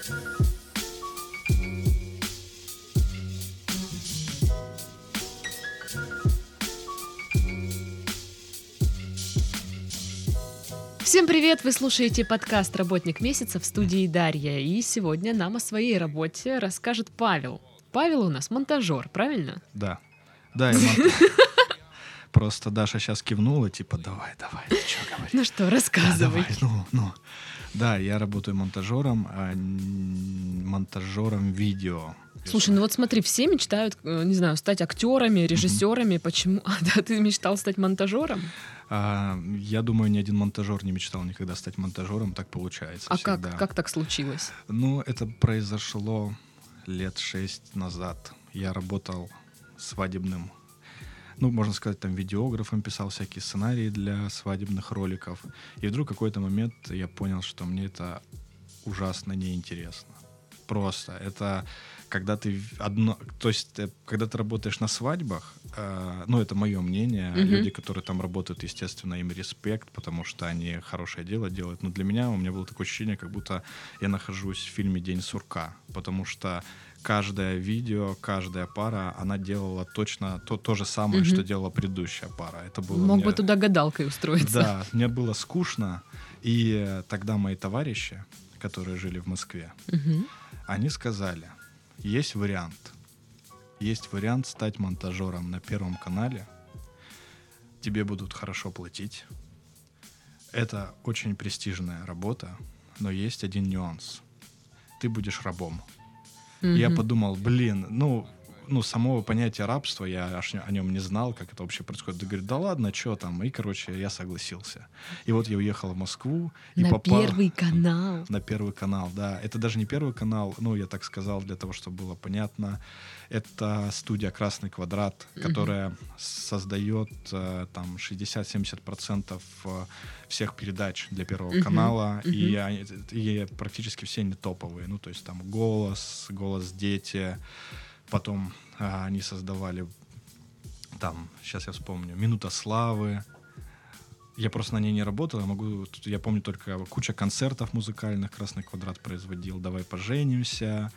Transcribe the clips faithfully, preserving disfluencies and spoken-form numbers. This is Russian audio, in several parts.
Всем привет! Вы слушаете подкаст «Работник месяца» в студии Дарья. И сегодня нам о своей работе расскажет Павел. Павел у нас монтажер, правильно? Да. Да, я монтажер. Просто Даша сейчас кивнула, типа, давай, давай, ты что говоришь? Ну что, рассказывай. Да, давай, ну, ну. Да, я работаю монтажером, а, монтажером видео. Слушай, ну вот смотри, все мечтают, не знаю, стать актерами, режиссерами. Mm-hmm. Почему? А да, ты мечтал стать монтажером? А, я думаю, ни один монтажер не мечтал никогда стать монтажером, так получается. А всегда. как, как так случилось? Ну, это произошло лет шесть назад. Я работал свадебным, ну, можно сказать, там, видеографом, писал всякие сценарии для свадебных роликов. И вдруг в какой-то момент я понял, что мне это ужасно неинтересно. Просто это когда ты одно, то есть когда ты работаешь на свадьбах, э, ну это мое мнение, mm-hmm. люди, которые там работают, естественно, им респект, потому что они хорошее дело делают. Но для меня у меня было такое ощущение, как будто я нахожусь в фильме «День сурка», потому что каждое видео, каждая пара, она делала точно то, то же самое, mm-hmm. что делала предыдущая пара. Это было Мог мне... бы туда гадалкой устроиться. Да, мне было скучно, и тогда мои товарищи, которые жили в Москве, mm-hmm. они сказали: есть вариант. Есть вариант стать монтажером на Первом канале. Тебе будут хорошо платить. Это очень престижная работа, но есть один нюанс. Ты будешь рабом. Mm-hmm. Я подумал, блин, ну, ну, самого понятия рабства, я аж о нем не знал, как это вообще происходит. Да говорит, да ладно, что там? И, короче, я согласился. И вот я уехал в Москву. И на попал... Первый канал. На Первый канал, да. Это даже не Первый канал, ну, я так сказал, для того, чтобы было понятно. Это студия «Красный квадрат», mm-hmm. которая создает э, там шестьдесят-семьдесят процентов всех передач для Первого mm-hmm. канала. Mm-hmm. И, они, и практически все не топовые. Ну, то есть там «Голос», «Голос дети». Потом а, они создавали там, сейчас я вспомню, «Минута славы». Я просто на ней не работал, я могу, я помню только куча концертов музыкальных «Красный квадрат» производил, «Давай поженимся».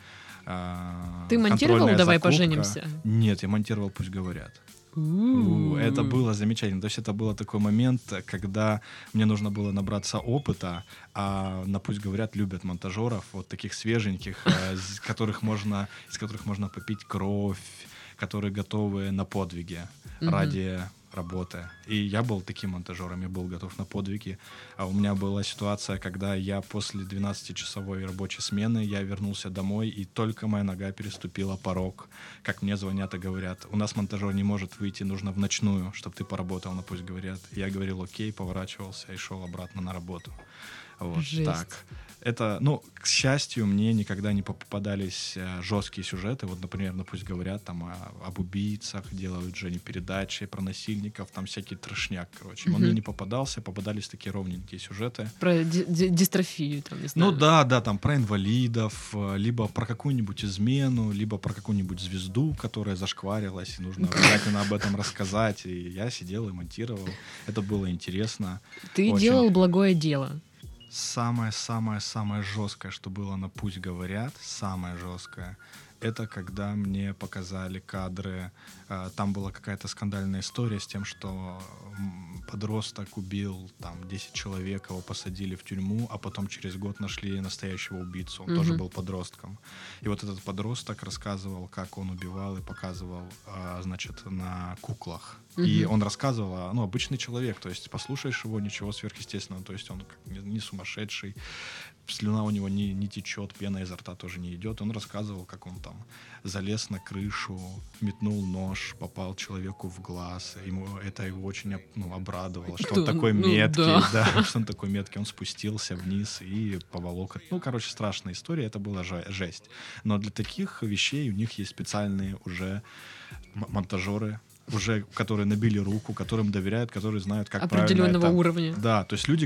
А, Ты монтировал «Давай закупка». поженимся»? Нет, я монтировал «Пусть говорят». У-у-у. Это было замечательно. То есть это был такой момент, когда мне нужно было набраться опыта, а на «Пусть говорят» любят монтажеров, вот таких свеженьких, из которых можно, из которых можно попить кровь, которые готовы на подвиги mm-hmm. ради работы. И я был таким монтажером, я был готов на подвиги. А у меня была ситуация, когда я после двенадцатичасовой рабочей смены, я вернулся домой, и только моя нога переступила порог. Как мне звонят и говорят, у нас монтажер не может выйти, нужно в ночную, чтобы ты поработал на «Пусть говорят». Я говорил окей, поворачивался и шел обратно на работу. Вот Жесть. Так. Это, ну, к счастью, мне никогда не попадались э, жесткие сюжеты. Вот, например, ну, «Пусть говорят» там о, об убийцах, делают же они передачи про насильников, там всякий трешняк, короче. Он mm-hmm. мне не попадался, попадались такие ровненькие сюжеты. Про ди- ди- дистрофию, там, не знаю. Ну да, да, там про инвалидов, либо про какую-нибудь измену, либо про какую-нибудь звезду, которая зашкварилась, и нужно обязательно об этом рассказать. И я сидел и монтировал. Это было интересно. Ты Очень. делал благое дело. Самое-самое-самое жесткое, что было на «Пусть говорят», самое жесткое, это когда мне показали кадры. Э, там была какая-то скандальная история с тем, что подросток убил там десять человек, его посадили в тюрьму, а потом через год нашли настоящего убийцу. Он mm-hmm. тоже был подростком. И вот этот подросток рассказывал, как он убивал, и показывал, э, значит, на куклах. Mm-hmm. И он рассказывал, ну, обычный человек, то есть послушаешь его, ничего сверхъестественного, то есть он не, не сумасшедший, слюна у него не, не течет, пена изо рта тоже не идет. Он рассказывал, как он там залез на крышу, метнул нож, попал человеку в глаз. Ему, это его очень, ну, обрадовало, что он такой ну, меткий, да. да, что он такой меткий. Он спустился вниз и поволок. Ну, короче, страшная история, это была жесть. Но для таких вещей у них есть специальные уже монтажеры, уже, которые набили руку, которым доверяют, которые знают, как правильно это... Определенного уровня. Да, то есть люди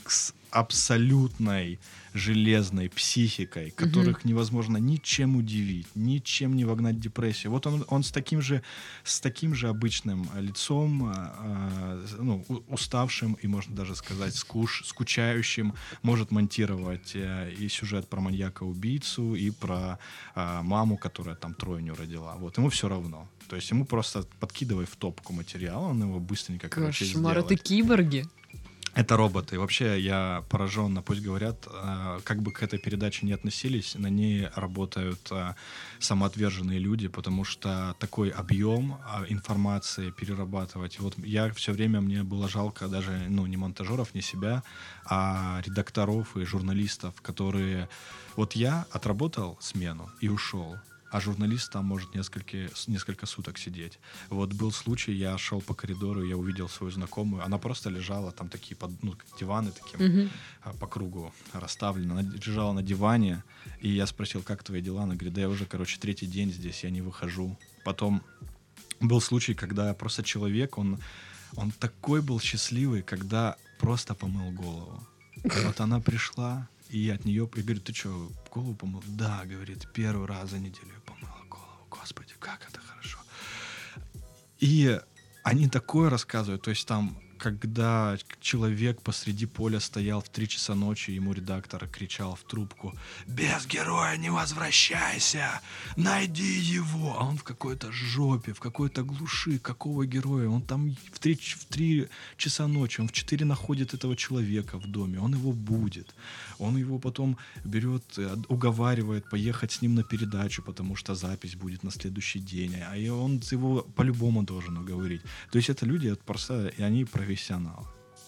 с абсолютной железной психикой, которых mm-hmm. невозможно ничем удивить, ничем не вогнать в депрессию. Вот он, он с таким же, с таким же обычным лицом, э, ну, уставшим и, можно даже сказать, скуш, скучающим, может монтировать э, и сюжет про маньяка-убийцу, и про э, маму, которая там тройню родила. Вот, ему все равно. То есть ему просто подкидывай в топку материал, он его быстренько, короче, Кошмар, сделает. это киборги. Это роботы. Вообще я поражен, пусть говорят, как бы к этой передаче не относились, на ней работают самоотверженные люди, потому что такой объем информации перерабатывать. Вот я все время, мне было жалко даже, ну, не монтажеров, не себя, а редакторов и журналистов, которые... Вот я отработал смену и ушел, а журналист там может несколько, несколько суток сидеть. Вот был случай, я шел по коридору, я увидел свою знакомую, она просто лежала, там такие под, ну, диваны таким mm-hmm. по кругу расставлены, она лежала на диване, и я спросил, как твои дела? Она говорит, да я уже, короче, третий день здесь, я не выхожу. Потом был случай, когда просто человек, он, он такой был счастливый, когда просто помыл голову. Вот она пришла, и от нее, я говорю, ты что, голову помыл? Да, говорит, первый раз за неделю я помыла голову. Господи, как это хорошо. И они такое рассказывают, то есть там, когда человек посреди поля стоял в три часа ночи, ему редактор кричал в трубку: «Без героя не возвращайся! Найди его!» А он в какой-то жопе, в какой-то глуши. Какого героя? Он там в три, в три часа ночи, он в четыре находит этого человека в доме, он его будет. Он его потом берет, уговаривает поехать с ним на передачу, потому что запись будет на следующий день. А он его по-любому должен уговорить. То есть это люди, это просто, и они профессионалы.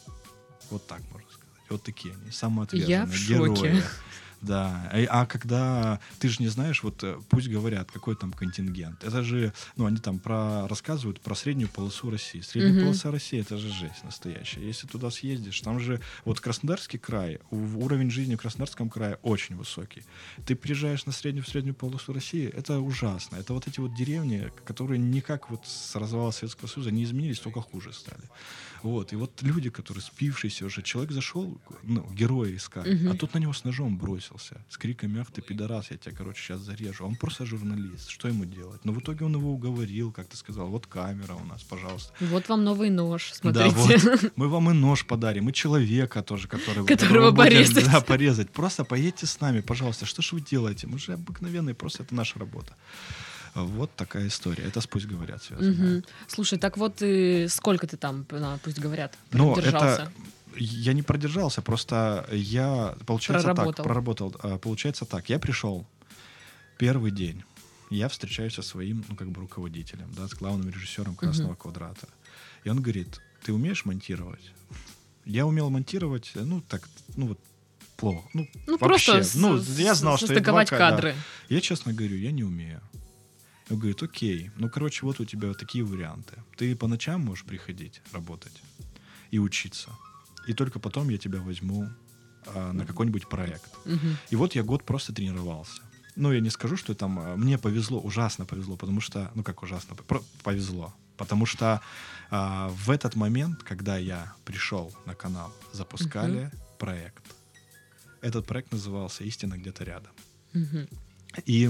Вот так можно сказать. Вот такие они, самоотверженные Я в герои. шоке. Да. А, а когда ты же не знаешь, вот пусть говорят, какой там контингент. Это же, ну, они там про, рассказывают про среднюю полосу России. Средняя mm-hmm. полоса России — это же жесть настоящая. Если туда съездишь, там же вот Краснодарский край, уровень жизни в Краснодарском крае очень высокий. Ты приезжаешь на среднюю, в среднюю полосу России, это ужасно. Это вот эти вот деревни, которые никак вот с развала Советского Союза не изменились, только хуже стали. Вот. И вот люди, которые спившиеся уже, человек зашел, ну, героя искать, mm-hmm. а тут на него с ножом бросился. С криками: «Ах ты, пидорас, я тебя, короче, сейчас зарежу». Он просто журналист. Что ему делать? Но в итоге он его уговорил, как ты сказал. Вот камера у нас, пожалуйста. Вот вам новый нож, смотрите. Да, вот. Мы вам и нож подарим, и человека тоже, который которого будем, порезать. Да, порезать. Просто поедьте с нами, пожалуйста. Что ж вы делаете? Мы же обыкновенные, просто это наша работа. Вот такая история. Это «Пусть говорят» связано. Угу. Слушай, так вот и сколько ты там, на «Пусть говорят», продержался? Это... Я не продержался, просто я, получается, проработал. так, проработал. Получается так, я пришел первый день, я встречаюсь со своим, ну, как бы руководителем, да, с главным режиссером «Красного uh-huh. квадрата». И он говорит: ты умеешь монтировать? Я умел монтировать, ну, так, ну, вот, плохо. Ну, ну вообще. просто ну, с- я знал, что состыковать я кадры. Да. Я честно говорю, я не умею. Он говорит: окей, ну, короче, вот у тебя такие варианты. Ты по ночам можешь приходить работать и учиться. И только потом я тебя возьму а, на какой-нибудь проект. Uh-huh. И вот я год просто тренировался. Ну, я не скажу, что там мне повезло, ужасно повезло, потому что, ну, как ужасно, повезло. Потому что а, в этот момент, когда я пришел на канал, запускали uh-huh. проект. Этот проект назывался «Истина где-то рядом». Uh-huh. И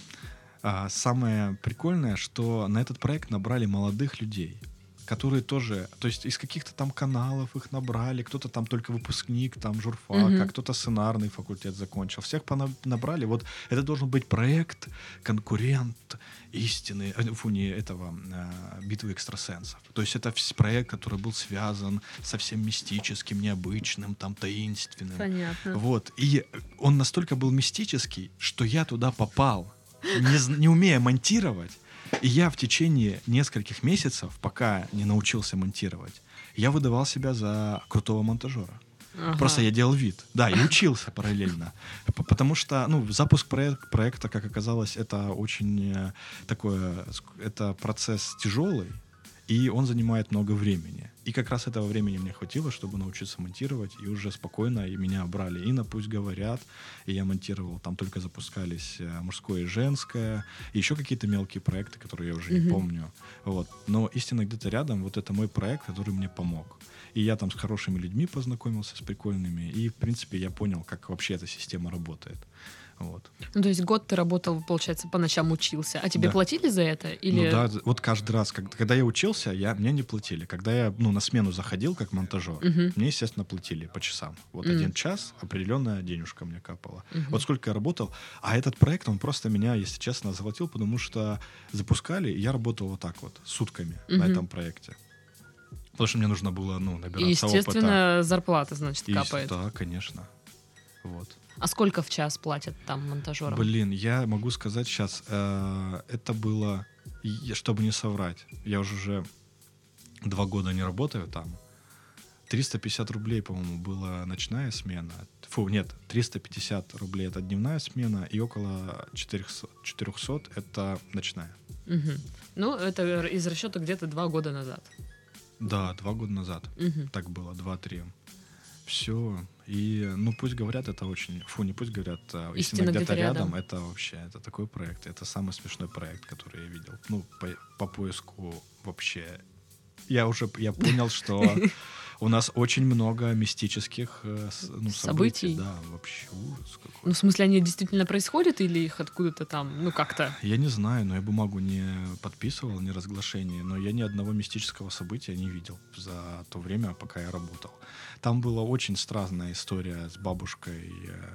а, самое прикольное, что на этот проект набрали молодых людей, которые тоже, то есть из каких-то там каналов их набрали, кто-то там только выпускник, там журфака, uh-huh. кто-то сценарный факультет закончил. Всех набрали. Вот это должен быть проект, конкурент истины, фу, не этого, а, битвы экстрасенсов. То есть это проект, который был связан со всем мистическим, необычным, там, таинственным. Понятно. Вот. И он настолько был мистический, что я туда попал, не, не умея монтировать. И я в течение нескольких месяцев, пока не научился монтировать, я выдавал себя за крутого монтажера. Ага. Просто я делал вид. Да, и учился параллельно. Потому что, ну, запуск проек- проекта, как оказалось, это очень такое, это процесс тяжелый. и он занимает много времени. И как раз этого времени мне хватило, чтобы научиться монтировать, и уже спокойно и меня брали и на «Пусть говорят», и я монтировал, там только запускались «Мужское и женское», и еще какие-то мелкие проекты, которые я уже mm-hmm. не помню. Вот. Но «Истина где-то рядом» — вот это мой проект, который мне помог. И я там с хорошими людьми познакомился, с прикольными, и, в принципе, я понял, как вообще эта система работает. Вот. Ну, то есть год ты работал, получается, по ночам учился. А тебе да. платили за это? Или... Ну да, вот каждый раз, когда, когда я учился, я, мне не платили. Когда я ну, на смену заходил как монтажер, uh-huh. мне, естественно, платили по часам. Вот uh-huh. один час, определенная денежка мне капала. Uh-huh. Вот сколько я работал. А этот проект, он просто меня, если честно, заводил, потому что запускали, и я работал вот так вот, сутками uh-huh. на этом проекте. Потому что мне нужно было ну, набираться опыта. И, естественно, опыта. Зарплата, значит, и, капает. Да, конечно. Вот. А сколько в час платят там монтажерам? Блин, я могу сказать сейчас, э, это было, чтобы не соврать, я уже, уже два года не работаю там, триста пятьдесят рублей, по-моему, была ночная смена, фу, нет, триста пятьдесят рублей это дневная смена, и около четыреста, четыреста это ночная. Угу. Ну, это из расчета где-то два года назад. Да, два года назад, угу. так было, два-три. Все. И, ну, «Пусть говорят» — это очень... Фу, не «Пусть говорят», а «Истина где-то, где-то рядом». рядом. Это вообще, это такой проект. Это самый смешной проект, который я видел. Ну, по, по поиску вообще... Я уже я понял, что у нас очень много мистических ну, событий. событий. Да, вообще ужас какой. Ну, в смысле, они действительно происходят или их откуда-то там, ну, как-то? Я не знаю, но я бумагу не подписывал, ни разглашение, но я ни одного мистического события не видел за то время, пока я работал. Там была очень странная история с бабушкой,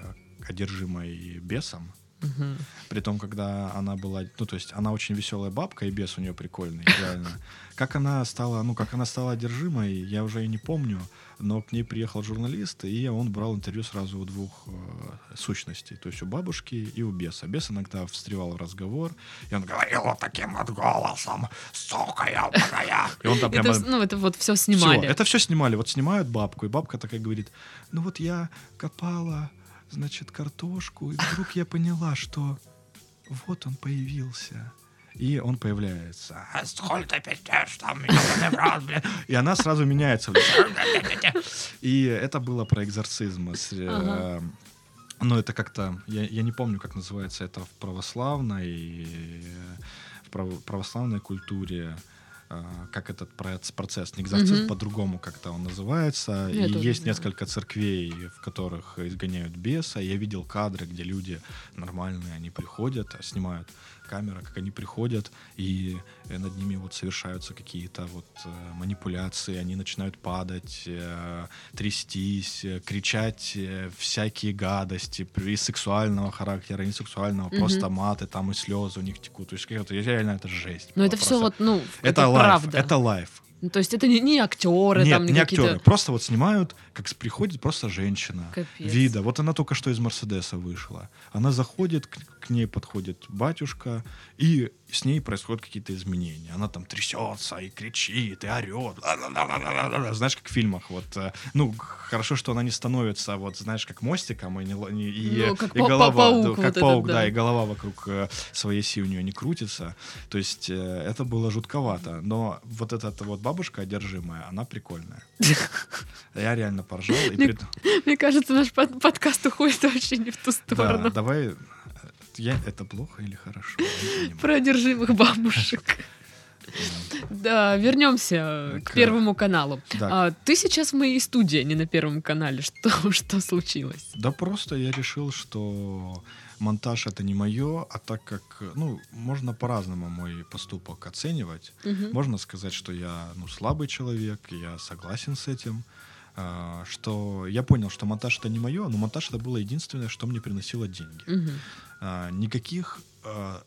одержимой бесом. Uh-huh. Притом, когда она была... Ну, то есть она очень веселая бабка, и бес у нее прикольный, реально. Как она стала, ну, как она стала одержимой, я уже и не помню, но к ней приехал журналист, и он брал интервью сразу у двух э, сущностей, то есть у бабушки и у беса. Бес иногда встревал в разговор, и он говорил вот таким вот голосом: «Сука ебаная!» И он там прямо... Это, ну, это вот все снимали. Все, это все снимали. Вот снимают бабку, и бабка такая говорит: «Ну вот я копала, значит, картошку, и вдруг я поняла, что вот он появился». И он появляется. «А сколько ты пиздешь там? И она сразу меняется. И это было про экзорцизм. Ага. Ну, это как-то... Я, я не помню, как называется это в православной, в православной культуре. Как этот процесс, не экзорцизм, угу. по-другому как-то он называется. Я и есть знаю. Несколько церквей, в которых изгоняют беса. Я видел кадры, где люди нормальные, они приходят, снимают камеры, как они приходят, и над ними вот совершаются какие-то вот э, манипуляции, они начинают падать, э, трястись, э, кричать э, всякие гадости, и сексуального характера, и несексуального, угу. просто маты, там и слезы у них текут. То есть реально это жесть. Но это все вот, ну, это, это лайф, правда. Это лайф. Ну, то есть это не, не актеры, Нет, там, не актеры. Просто вот снимают, как приходит просто женщина. Капец. Вида. Вот она только что из Мерседеса вышла. Она заходит, к, к ней подходит батюшка, и с ней происходят какие-то изменения. Она там трясется и кричит, и орет. Знаешь, как в фильмах. Вот, ну, хорошо, что она не становится, вот, знаешь, как мостиком, и, не, и, ну, как и па- голова, паук, да, как вот паук, этот, да. да, и голова вокруг своей оси у нее не крутится. То есть это было жутковато. Но вот эта вот бабушка одержимая, она прикольная. Я реально поржал. И мне, пред... мне кажется, наш под- подкаст уходит вообще не в ту сторону. Да, давай... Я... Это плохо или хорошо? Про одержимых бабушек. Да, вернемся к Первому каналу. А, ты сейчас в моей студии, не на Первом канале. Что, что случилось? Да просто я решил, что монтаж — это не мое, а так как, ну, можно по-разному мой поступок оценивать. Угу. Можно сказать, что я, ну, слабый человек, я согласен с этим. Что я понял, что монтаж — это не мое, но монтаж — это было единственное, что мне приносило деньги. Угу. А, никаких а,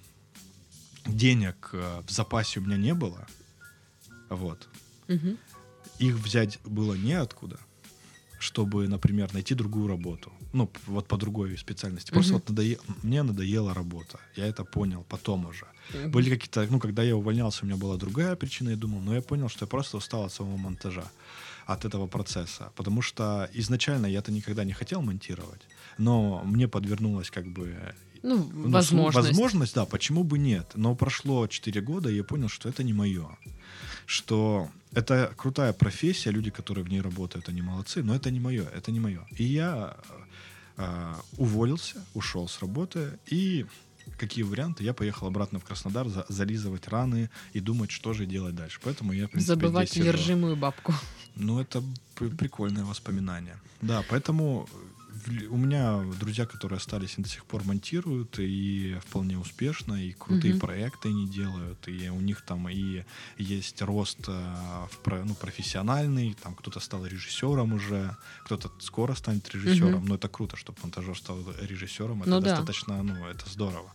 денег а, в запасе у меня не было. Вот. Угу. Их взять было неоткуда, чтобы, например, найти другую работу. Ну, вот по другой специальности. Просто угу. вот надое... мне надоела работа. Я это понял потом уже. Угу. Были какие-то... Ну, когда я увольнялся, у меня была другая причина, я думал, но я понял, что я просто устал от самого монтажа. от этого процесса. Потому что изначально я-то никогда не хотел монтировать, но мне подвернулась как бы... Ну, ну возможность. Возможность, да, почему бы нет. Но прошло четыре года, и я понял, что это не мое. Что это крутая профессия, люди, которые в ней работают, они молодцы, но это не мое, это не мое. И я э, уволился, ушел с работы, и какие варианты? Я поехал обратно в Краснодар за, зализывать раны и думать, что же делать дальше. Поэтому я, в принципе, забывать здесь одержимую бабку. Ну, это прикольное воспоминание. Да, поэтому у меня друзья, которые остались, и до сих пор монтируют, и вполне успешно, и крутые uh-huh. проекты они делают, и у них там и есть рост в, ну, профессиональный, там кто-то стал режиссером уже, кто-то скоро станет режиссером, uh-huh. но это круто, чтобы монтажер стал режиссером, это ну, достаточно, да. ну, это здорово.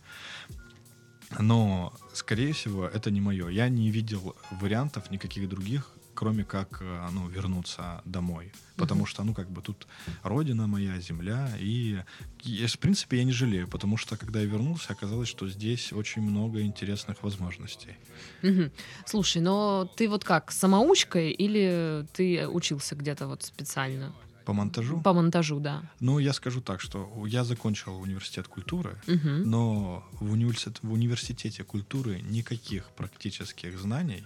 Но, скорее всего, это не мое. Я не видел вариантов никаких других, кроме как, ну, вернуться домой. Потому uh-huh. что, ну, как бы тут родина моя, земля, и, и, в принципе, я не жалею, потому что, когда я вернулся, оказалось, что здесь очень много интересных возможностей. Uh-huh. Слушай, но ты вот как, самоучкой или ты учился где-то вот специально? По монтажу? По монтажу, да. Ну, я скажу так, что я закончил университет культуры, uh-huh. но в, университет, в университете культуры никаких практических знаний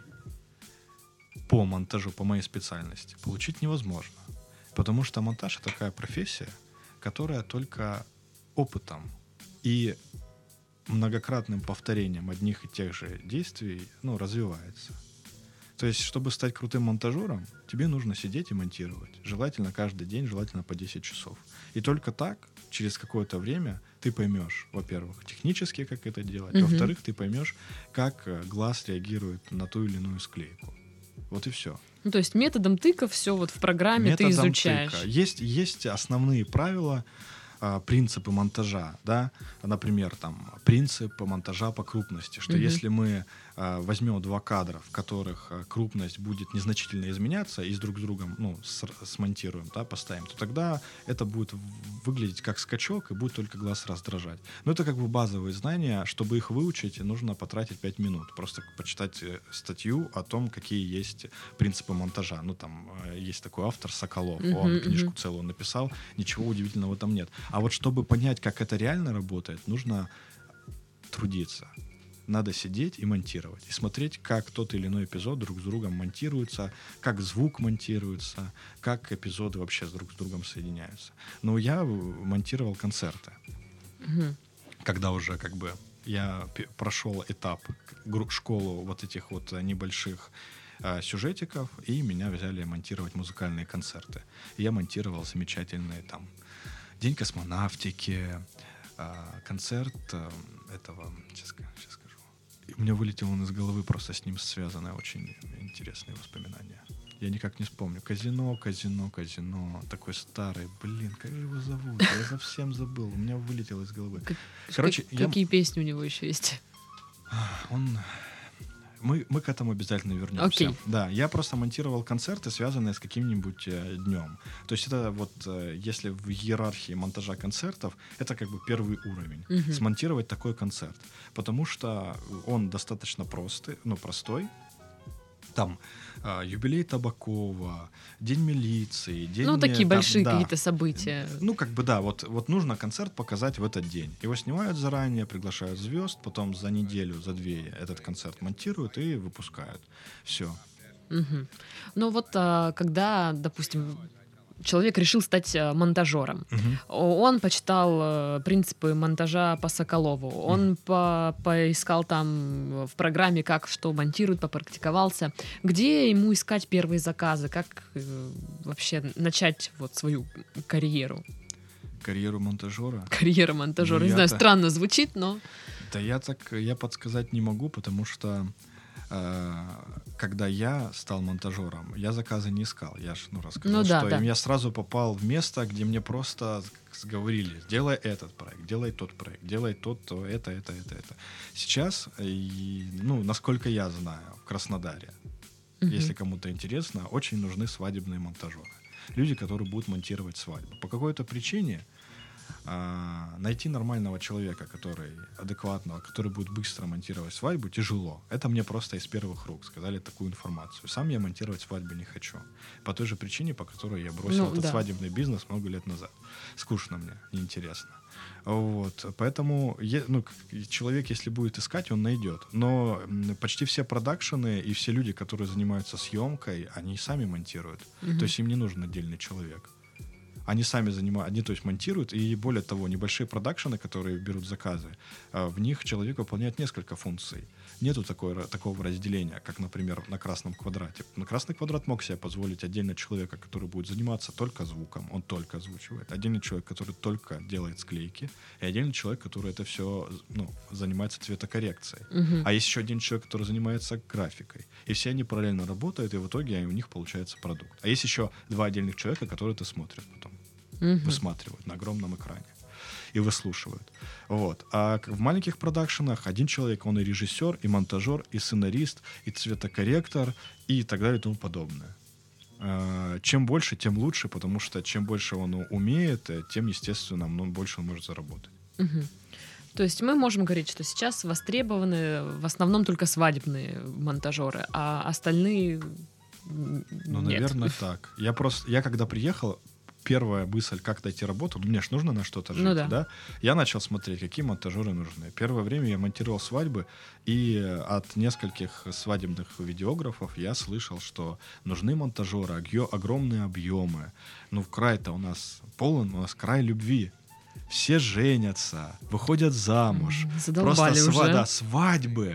по монтажу, по моей специальности, получить невозможно. Потому что монтаж — это такая профессия, которая только опытом и многократным повторением одних и тех же действий, ну, развивается. То есть, чтобы стать крутым монтажером, тебе нужно сидеть и монтировать. Желательно каждый день, желательно по десять часов. И только так, через какое-то время, ты поймешь, во-первых, технически, как это делать, mm-hmm. во-вторых, ты поймешь, как глаз реагирует на ту или иную склейку. Вот и все. Ну, то есть методом тыка все вот в программе методом ты изучаешь. Тыка. Есть, есть основные правила, а, принципы монтажа, да, например, там принцип монтажа по крупности, что mm-hmm. если мы а, возьмем два кадра, в которых а, крупность будет незначительно изменяться, и с друг с другом, ну, с, смонтируем, да, поставим, то тогда это будет выглядеть как скачок и будет только глаз раздражать. Но это как бы базовые знания, чтобы их выучить, нужно потратить пять минут, просто почитать статью о том, какие есть принципы монтажа. Ну, там есть такой автор Соколов, mm-hmm, он книжку mm-hmm. целую написал, ничего удивительного там нет. А вот чтобы понять, как это реально работает, нужно трудиться. Надо сидеть и монтировать. И смотреть, как тот или иной эпизод друг с другом монтируется, как звук монтируется, как эпизоды вообще друг с другом соединяются. Но я монтировал концерты. Mm-hmm. Когда уже как бы я прошел этап, школу вот этих вот небольших э, сюжетиков, и меня взяли монтировать музыкальные концерты. И я монтировал замечательные там День космонавтики, э, концерт э, этого, сейчас, сейчас скажу. И у меня вылетело он из головы, просто с ним связанное очень интересные воспоминания. Я никак не вспомню. Казино, казино, казино. Такой старый. Блин, как же его зовут? Я совсем забыл. У меня вылетело из головы. Как, Короче, как, я... Какие песни у него еще есть? Он... Мы, мы к этому обязательно вернемся. Okay. Да, я просто монтировал концерты, связанные с каким-нибудь э, днем. То есть это вот, э, если в иерархии монтажа концертов, это как бы первый уровень. Uh-huh. Смонтировать такой концерт. Потому что он достаточно простый, ну, простой. Там э, юбилей Табакова, День милиции, день... Ну, такие там, большие да. какие-то события. Ну, как бы, да, вот, вот нужно концерт показать в этот день. Его снимают заранее, приглашают звезд, потом за неделю, за две этот концерт монтируют и выпускают. Все. Угу. Ну, вот а, когда, допустим, человек решил стать монтажером. Угу. Он почитал принципы монтажа по Соколову. Он угу. по поискал там в программе, как что монтируют, попрактиковался. Где ему искать первые заказы? Как э, вообще начать вот свою карьеру? Карьеру монтажера? Карьера монтажера. Ну, не знаю, странно звучит, но... Да я так, я подсказать не могу, потому что когда я стал монтажером, я заказы не искал. Я же ну, рассказал, ну, да, что да. я сразу попал в место, где мне просто говорили: делай этот проект, делай тот проект, делай тот, то это, это, это, это. Сейчас, и, ну, насколько я знаю, в Краснодаре, угу. если кому-то интересно, очень нужны свадебные монтажеры. Люди, которые будут монтировать свадьбу. По какой-то причине А, найти нормального человека, который адекватного, который будет быстро монтировать свадьбу, тяжело. Это мне просто из первых рук сказали такую информацию. Сам я монтировать свадьбы не хочу. По той же причине, по которой я бросил Ну, этот да. свадебный бизнес много лет назад. Скучно мне, неинтересно. Вот. Поэтому е- ну, к- человек, если будет искать, он найдет. Но м, почти все продакшены и все люди, которые занимаются съемкой, они сами монтируют. Мгм. То есть им не нужен отдельный человек. Они сами занимают, они, то есть, монтируют, и более того, небольшие продакшены, которые берут заказы, а, в них человек выполняет несколько функций. Нету такой, ра- такого разделения, как, например, на «Красном квадрате». На «Красный квадрат» мог себе позволить отдельно человека, который будет заниматься только звуком, он только озвучивает. Отдельный человек, который только делает склейки, и отдельный человек, который это все, ну, занимается цветокоррекцией. Мгм. А есть еще один человек, который занимается графикой. И все они параллельно работают, и в итоге у них получается продукт. А есть еще два отдельных человека, которые это смотрят потом. Мгм. Высматривают на огромном экране и выслушивают. Вот. А к- в маленьких продакшенах один человек, он и режиссер, и монтажер, и сценарист, и цветокорректор, и так далее и тому подобное. А, Чем больше, тем лучше, потому что чем больше он у- умеет, э, тем, естественно, ну, больше он может заработать. Мгм. То есть мы можем говорить, что сейчас востребованы в основном только свадебные монтажеры, а остальные м, Ну, нет. наверное, так. Я просто, я когда приехал, первая мысль, как найти работу, ну, мне ж нужно на что-то жить, Ну да. да. Я начал смотреть, какие монтажеры нужны. Первое время я монтировал свадьбы, и от нескольких свадебных видеографов я слышал, что нужны монтажеры, огъё- огромные объемы. Ну, край-то у нас полон, у нас край любви. Все женятся, выходят замуж. М, задолбали Просто сва- уже. да, свадьбы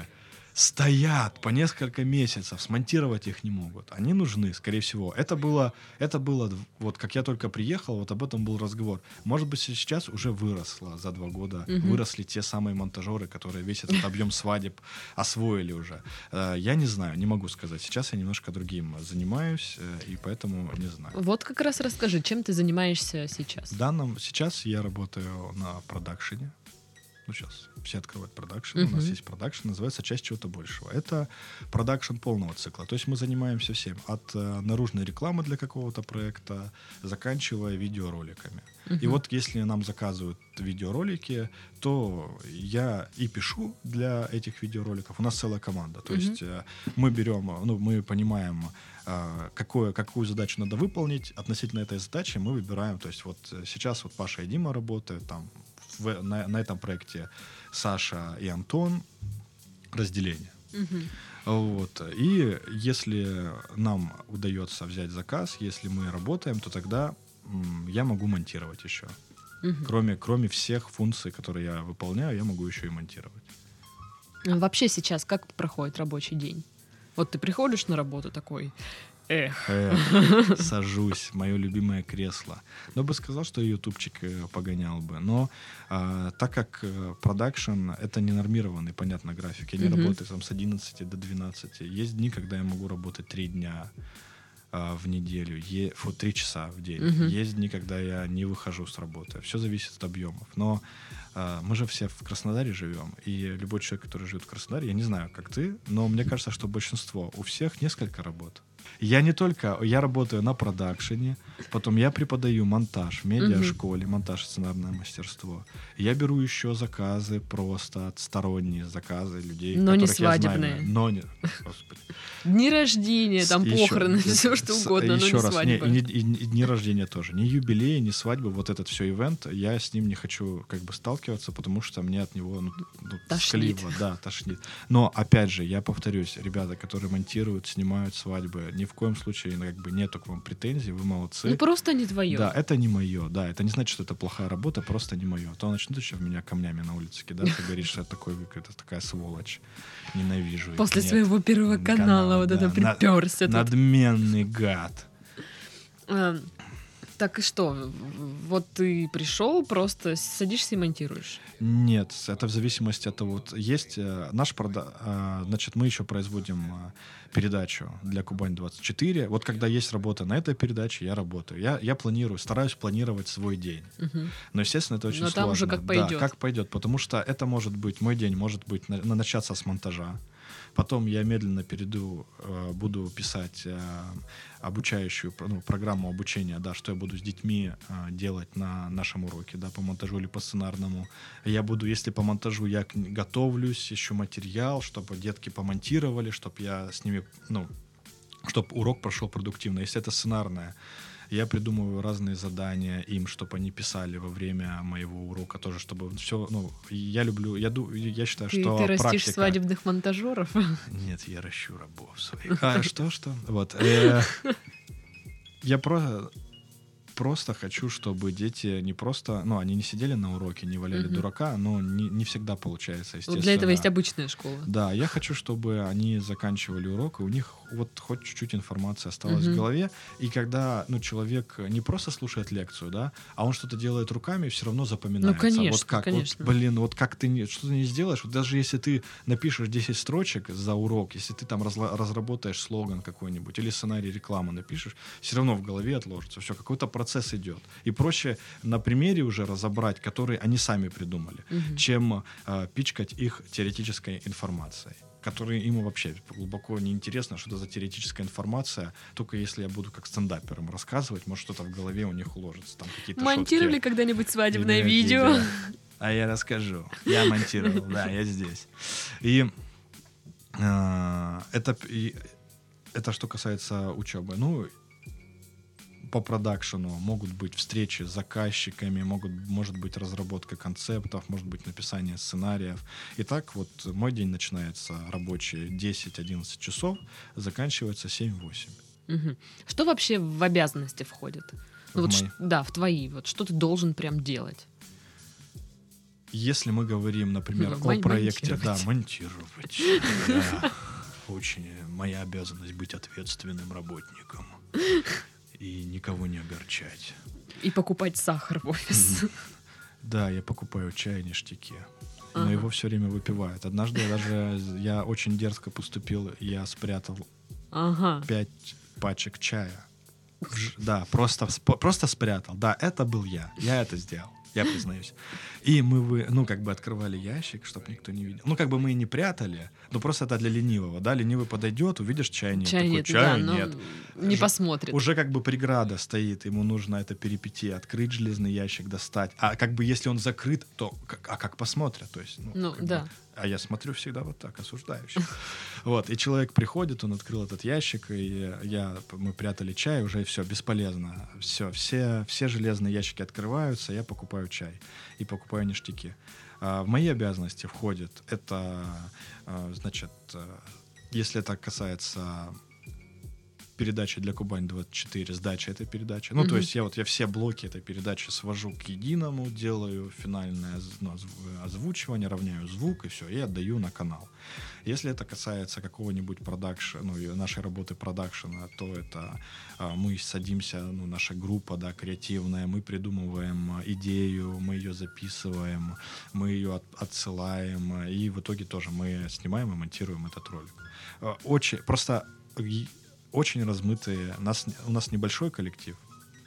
стоят по несколько месяцев, смонтировать их не могут. Они нужны, скорее всего. Это было, это было, д- вот как я только приехал, вот об этом был разговор. Может быть, сейчас уже выросло за два года, Мгм. выросли те самые монтажеры, которые весь этот объем свадеб освоили уже. Э, Я не знаю, не могу сказать. Сейчас я немножко другим занимаюсь, э, и поэтому не знаю. Вот как раз расскажи, чем ты занимаешься сейчас? В данном, сейчас я работаю на продакшене. Ну, сейчас все открывают продакшн. У нас Мгм. есть продакшн, называется «Часть чего-то большего». Это продакшн полного цикла. То есть мы занимаемся всем. От э, наружной рекламы для какого-то проекта, заканчивая видеороликами. И Мгм. вот если нам заказывают видеоролики, то я и пишу для этих видеороликов. У нас целая команда. То Мгм. есть э, мы берем, ну, мы понимаем, э, какое, какую задачу надо выполнить. Относительно этой задачи мы выбираем. То есть вот э, сейчас вот Паша и Дима работают там, в- на, на этом проекте Саша и Антон, разделение. Мгм. Вот. И если нам удается взять заказ, если мы работаем, то тогда м, я могу монтировать еще. Мгм. Кроме, кроме всех функций, которые я выполняю, я могу еще и монтировать. А вообще сейчас как проходит рабочий день? Вот ты приходишь на работу такой, эх, Эх, сажусь, мое любимое кресло. Но бы сказал, что ютубчик э, погонял бы. Но а, так как э, продакшн — это не нормированный, понятно, график. Я не Мгм. работаю там с одиннадцати до двенадцати. Есть дни, когда я могу работать три дня а, в неделю, е, фу, три часа в день. Мгм. Есть дни, когда я не выхожу с работы. Все зависит от объемов. Но а, мы же все в Краснодаре живем, и любой человек, который живет в Краснодаре, я не знаю, как ты, но мне кажется, что большинство, у всех несколько работ. Я не только, я работаю на продакшене, потом я преподаю монтаж в медиашколе, монтаж сценарное мастерство. Я беру еще заказы просто от сторонние заказы людей, Но не которых я знаю. свадебные. Но не, господи. дни рождения, там Еще- похороны, все что с- угодно, но еще не раз, свадьба. Не, и, не- и не- и дни рождения тоже. Ни юбилеи, ни свадьбы, вот этот все ивент, я с ним не хочу как бы сталкиваться, потому что мне от него ну, ну, Тошнит. скливо, да, тошнит. Но, опять же, я повторюсь, ребята, которые монтируют, снимают свадьбы, ни в коем случае ну, как бы нету к вам претензий, вы молодцы. Ну просто не твое. Да, это не мое, да, это не значит, что это плохая работа, просто не мое. А то начнут еще в меня камнями на улице кидаться и говорить, что я такой, какая-то такая сволочь, ненавижу. их. После Нет. своего первого Канала, канала вот да. это На- приперся. тут. Надменный гад. А, Так и что? В- Вот ты пришел, просто садишься и монтируешь. Нет, это в зависимости от того. Вот есть э, наш прода... э, значит, мы еще производим э, передачу для Кубань двадцать четыре. Вот когда есть работа на этой передаче, я работаю. Я, я планирую, стараюсь планировать свой день. Мгм. Но, естественно, это очень Но сложно. там уже как Да, пойдет. как пойдет. Потому что это может быть, мой день может быть, на- на- начаться с монтажа. Потом я медленно перейду, э, буду писать э, обучающую ну, программу обучения, да, что я буду с детьми э, делать на нашем уроке, да, по монтажу или по сценарному. Я буду, если по монтажу, я к- готовлюсь, ищу материал, чтобы детки помонтировали, чтобы я с ними, ну, чтобы урок прошел продуктивно. Если это сценарное, я придумываю разные задания им, чтобы они писали во время моего урока тоже, чтобы все, ну, я люблю, я, ду, я считаю, Ты, что ты растишь практика... свадебных монтажеров? Нет, я ращу рабов своих. А что, что? Вот. э, Я просто... Просто хочу, чтобы дети не просто... Ну, они не сидели на уроке, не валяли Мгм. дурака, но не, не всегда получается, естественно. Вот для этого есть обычная школа. Да, я хочу, чтобы они заканчивали урок, и у них вот хоть чуть-чуть информации осталась Мгм. в голове. И когда ну, человек не просто слушает лекцию, да, а он что-то делает руками, все равно запоминается. конечно, вот как, конечно. Вот, блин, вот как ты не, что ты не сделаешь, вот даже если ты напишешь десять строчек за урок, если ты там разла- разработаешь слоган какой-нибудь или сценарий рекламы напишешь, все равно в голове отложится. Все, какой-то процесс идет. И проще на примере уже разобрать, который они сами придумали, Мгм. чем э, пичкать их теоретической информацией, которая ему вообще глубоко неинтересно, что это за теоретическая информация, только если я буду как стендапером рассказывать, может что-то в голове у них уложится, там какие-то Монтировали шутки. когда-нибудь свадебное Или видео? А я расскажу. Я монтировал, да, я здесь. И э, это, и это что касается учебы. Ну, по продакшену могут быть встречи с заказчиками, могут, может быть разработка концептов, может быть написание сценариев. И так вот мой день начинается рабочий десять-одиннадцать часов, заканчивается семь-восемь. Мгм. Что вообще в обязанности входит? Ну, В вот мои. ш- да, в твои. Вот что ты должен прям делать? Если мы говорим, например, Ну, о мон- проекте... Да, монтировать. монтировать. Да. Очень моя обязанность быть ответственным работником и никого не огорчать. И покупать сахар в офис. Да, я покупаю чай и ништяки. Но Ага. его все время выпивают. Однажды я даже я очень дерзко поступил, я спрятал Ага. пять пачек чая. В ж- Да, просто, сп- просто спрятал. Да, это был я. Я это сделал. Я признаюсь. И мы, вы, ну, как бы открывали ящик, чтобы никто не видел. Ну, как бы мы и не прятали, но просто это для ленивого, да? Ленивый подойдет, увидишь, чая нет. Чая Такой, нет, чая да, но нет. не Ж- посмотрит. Уже как бы преграда стоит, ему нужно это перипетия, открыть железный ящик, достать. А как бы если он закрыт, то как, а как посмотрят? То есть, ну, Ну, как да. бы, а я смотрю всегда вот так, осуждающе. Вот, и человек приходит, он открыл этот ящик, и я, мы прятали чай, уже все, бесполезно. Все, все, все железные ящики открываются, я покупаю чай и покупаю ништяки. А, в мои обязанности входит это, а, значит, а, если это касается передачи для Кубань двадцать четыре, сдача этой передачи. Ну, Мгм. то есть я вот я все блоки этой передачи свожу к единому, делаю финальное оз- ну, озв- озвучивание, равняю звук и все, и отдаю на канал. Если это касается какого-нибудь продакшена, ну, и нашей работы продакшена, то это а, мы садимся, ну, наша группа, да, креативная, мы придумываем а, идею, мы ее записываем, мы ее от- отсылаем, а, и в итоге тоже мы снимаем и монтируем этот ролик. А, Очень, просто и- очень размытые. Нас, у нас небольшой коллектив,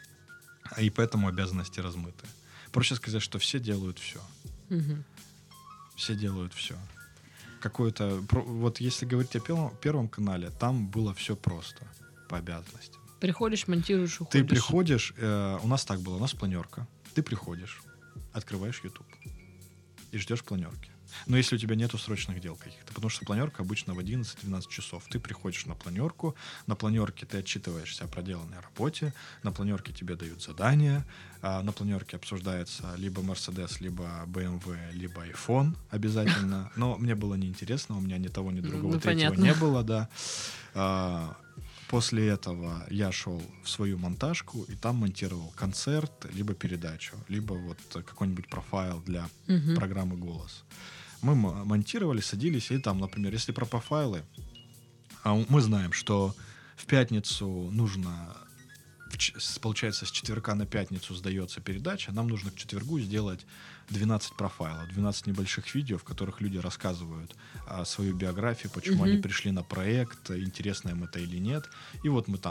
и поэтому обязанности размыты. Проще сказать, что все делают все. Мгм. Все делают все. Какое-то... про- Вот если говорить о первом, первом канале, там было все просто по обязанностям. Приходишь, монтируешь, Ты уходишь. приходишь, э, у нас так было, у нас планерка. Ты приходишь, открываешь YouTube и ждешь планерки. Но если у тебя нету срочных дел каких-то, потому что планерка обычно в одиннадцать-двенадцать часов. Ты приходишь на планерку, на планерке ты отчитываешься о проделанной работе, на планерке тебе дают задания, а на планерке обсуждается либо Mercedes, либо бэ эм вэ, либо iPhone обязательно. Но мне было неинтересно, у меня ни того, ни другого, Ну, третьего понятно. не было, да. А, После этого я шел в свою монтажку и там монтировал концерт, либо передачу, либо вот какой-нибудь профайл для Мгм. программы «Голос». Мы м- монтировали, садились, и там, например, если про профайлы, а у- мы знаем, что в пятницу нужно, в ч- с- получается, с четверга на пятницу сдается передача, нам нужно к четвергу сделать двенадцать профайлов, двенадцать небольших видео, в которых люди рассказывают а, свою биографию, почему Мгм. они пришли на проект, интересно им это или нет. И вот мы там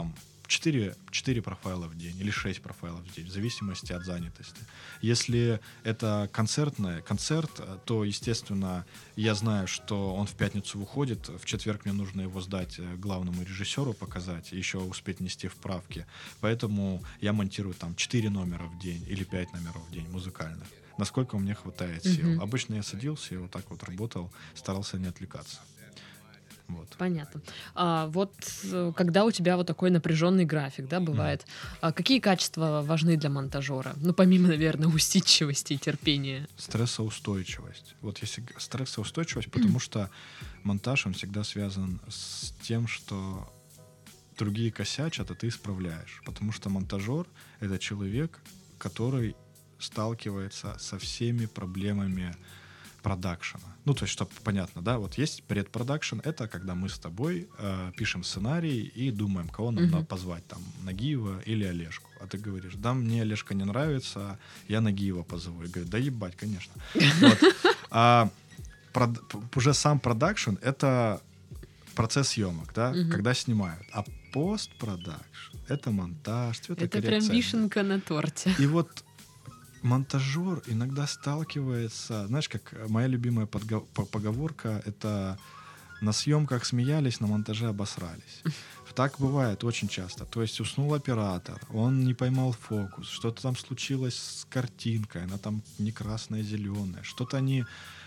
четыре, четыре профайла в день или шесть профайлов в день, в зависимости от занятости. Если это концертное, концерт, то, естественно, я знаю, что он в пятницу выходит, в четверг мне нужно его сдать главному режиссеру, показать, еще успеть нести вправки. Поэтому я монтирую там четыре номера в день или пять номеров в день музыкальных. Насколько у меня хватает сил. Мгм. Обычно я садился и вот так вот работал, старался не отвлекаться. Вот. Понятно. А вот э, когда у тебя вот такой напряженный график, да, бывает, а какие качества важны для монтажера? Ну, помимо, наверное, усидчивости и терпения. Стрессоустойчивость. Вот если г- стрессоустойчивость, потому что монтаж, он всегда связан с тем, что другие косячат, а ты исправляешь. Потому что монтажер — это человек, который сталкивается со всеми проблемами продакшена. Ну, то есть, чтобы понятно, да, вот есть предпродакшн, это когда мы с тобой э, пишем сценарий и думаем, кого нам Мгм. надо позвать, там, Нагиева или Олежку. А ты говоришь, да, мне Олежка не нравится, я Нагиева позову. И говорю, да ебать, конечно. Вот. А прод- п- уже сам продакшн — это процесс съемок, да, Мгм. когда снимают. А постпродакшн — это монтаж, Это прям цветокоррекция. вишенка на торте. И вот монтажер иногда сталкивается, знаешь, как моя любимая подго- по- поговорка, это на съемках смеялись, на монтаже обосрались. Так бывает очень часто. То есть уснул оператор, он не поймал фокус, что-то там случилось с картинкой, она там не красная, зеленая, что-то они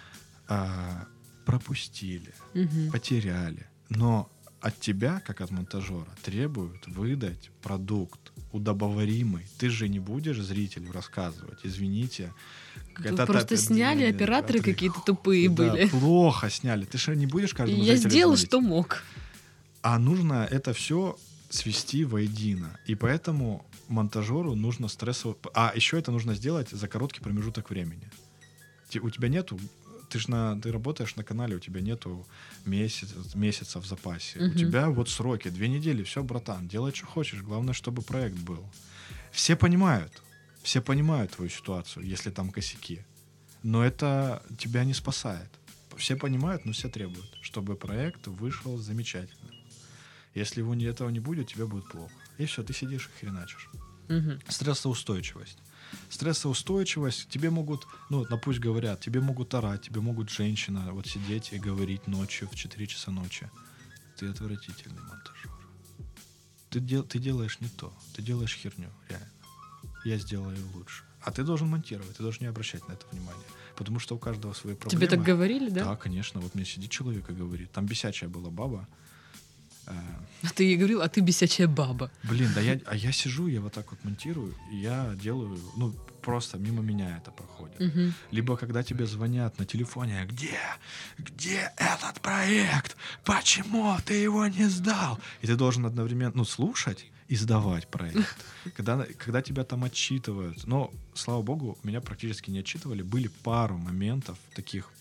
а, пропустили, Мгм. потеряли. Но от тебя, как от монтажера, требуют выдать продукт удобоваримый. Ты же не будешь зрителю рассказывать, извините. Тут просто сняли, нет, операторы отры- какие-то тупые да, были. плохо сняли. Ты же не будешь И каждому я зрителю сделал, звонить. что мог. А нужно это все свести воедино. И поэтому монтажеру нужно стрессово... А еще это нужно сделать за короткий промежуток времени. Те- У тебя нету... Ты же на... ты работаешь на канале, у тебя нету месяц, месяца в запасе. Мгм. У тебя вот сроки, две недели, все, братан, делай, что хочешь. Главное, чтобы проект был. Все понимают. Все понимают твою ситуацию, если там косяки. Но это тебя не спасает. Все понимают, но все требуют, чтобы проект вышел замечательным. Если его не, этого не будет, тебе будет плохо. И все, ты сидишь и хреначишь. Мгм. Стрессоустойчивость. Стрессоустойчивость, тебе могут, ну, на пусть говорят, тебе могут орать, тебе могут женщина вот сидеть и говорить ночью в четыре часа ночи. Ты отвратительный монтажер. Ты, дел, ты делаешь не то, ты делаешь херню, реально. Я сделаю лучше. А ты должен монтировать, ты должен не обращать на это внимания. Потому что у каждого свои проблемы. Тебе так говорили, да? Да, конечно. Вот мне сидит человек и говорит. Там бесячая была баба. Э, А ты ей говорил, а ты бесячая баба. Блин, да я, а я сижу, я вот так вот монтирую, и я делаю, ну, просто мимо меня это проходит. Мгм. Либо когда тебе звонят на телефоне, где, где этот проект, почему ты его не сдал? И ты должен одновременно, ну, слушать и сдавать проект. Когда, когда тебя там отчитывают, но, слава богу, меня практически не отчитывали, были пару моментов таких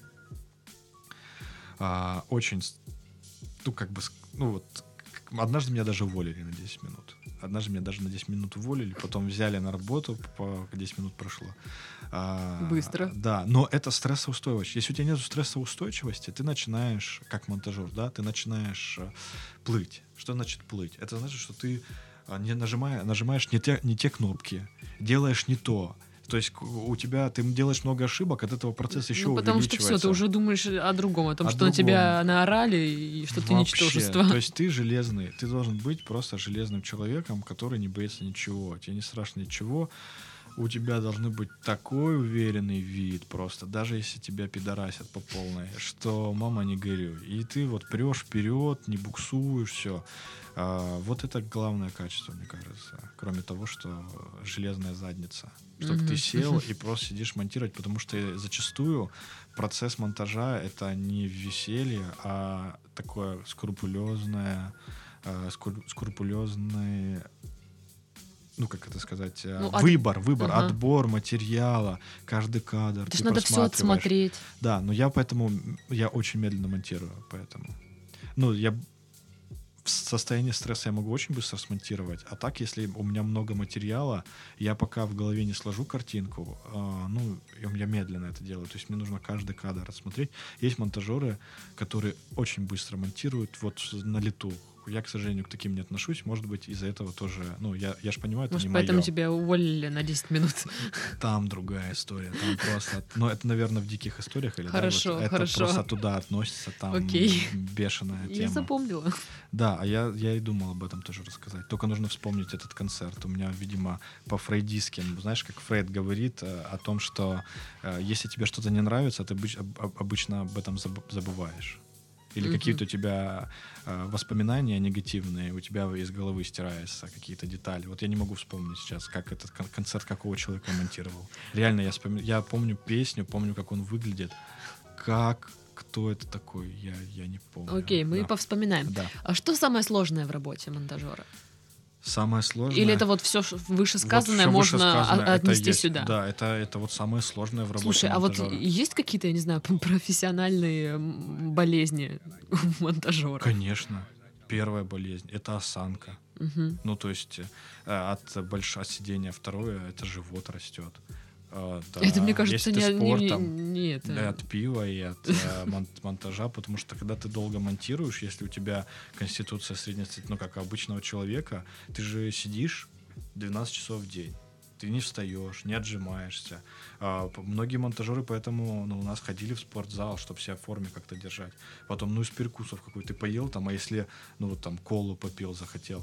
а, очень, с- ну, как бы, с- ну, вот, к- однажды меня даже уволили на десять минут. Однажды меня даже на десять минут уволили, потом взяли на работу, по десять минут прошло. А, Быстро. Да, но это стрессоустойчивость. Если у тебя нет стрессоустойчивости, ты начинаешь, как монтажер, да, ты начинаешь э, плыть. Что значит плыть? Это значит, что ты а, не нажимая, нажимаешь не те, не те кнопки, делаешь не то. То есть к- у тебя, ты делаешь много ошибок, от этого процесс еще Ну, потому что увеличивается. все, ты уже думаешь о другом, о том, О что на другом. тебя наорали и что ты Вообще. ничтожество. То есть ты железный, ты должен быть просто железным человеком, который не боится ничего, тебе не страшно ничего, у тебя должны быть такой уверенный вид просто, даже если тебя пидорасят по полной, что мама не горюй. И ты вот прешь вперед, не буксуешь, все. А, вот это главное качество, мне кажется, кроме того, что железная задница. Чтобы Мгм. ты сел и просто сидишь монтировать, потому что зачастую процесс монтажа — это не веселье, а такое скрупулезное, э, скру- скрупулезное, ну, как это сказать, э, Ну, от- выбор, выбор, Ага. отбор материала, каждый кадр. Это ты ж надо все просматриваешь. отсмотреть. Да, но я поэтому, я очень медленно монтирую, поэтому. Ну, я в состоянии стресса я могу очень быстро смонтировать, а так, если у меня много материала, я пока в голове не сложу картинку, а, ну, я я медленно это делаю, то есть мне нужно каждый кадр рассмотреть. Есть монтажеры, которые очень быстро монтируют, вот на лету. я, к сожалению, к таким не отношусь. Может быть, из-за этого тоже... Ну, я, я же понимаю, это Может, не поэтому моё. тебя уволили на десять минут. Там другая история. Там просто... Ну, это, наверное, в «Диких историях». Или, Хорошо, да, вот это хорошо. просто туда относится. Там Окей. бешеная тема. Я запомнила. Да, а я, я и думал об этом тоже рассказать. Только нужно вспомнить этот концерт. У меня, видимо, по-фрейдистски, знаешь, как Фрейд говорит э, о том, что э, если тебе что-то не нравится, ты обыч- об- обычно об этом заб- забываешь. Или Мгм. какие-то у тебя э, воспоминания негативные, у тебя из головы стираются какие-то детали. Вот я не могу вспомнить сейчас, как этот кон- концерт какого человека монтировал. Реально, я, вспоми- я помню песню, помню, как он выглядит. Как, кто это такой, я, я не помню. Окей, мы Да. повспоминаем. Да. А что самое сложное в работе монтажера? Самое сложное... Или это вот все вышесказанное Вот всё можно вышесказанное, о- это отнести есть. сюда? Да, это, это вот самое сложное в работе Слушай, а вот монтажера. есть какие-то, я не знаю, профессиональные м, болезни у монтажера? Конечно. Первая болезнь — это осанка. Мгм. Ну, то есть э, от большого сидения. Второе — это живот растет. Э, да, Это, мне кажется, если не, ты не, спортом, не- не это. да, от пива и от э, мон- монтажа, потому что когда ты долго монтируешь, если у тебя конституция среднестатистическая, ну, как у обычного человека, ты же сидишь двенадцать часов в день. Ты не встаешь, не отжимаешься. А, п- многие монтажеры поэтому ну, у нас ходили в спортзал, чтобы себя в форме как-то держать. Потом, ну, из перекусов какой ты поел там, а если, ну, вот там колу попил, захотел.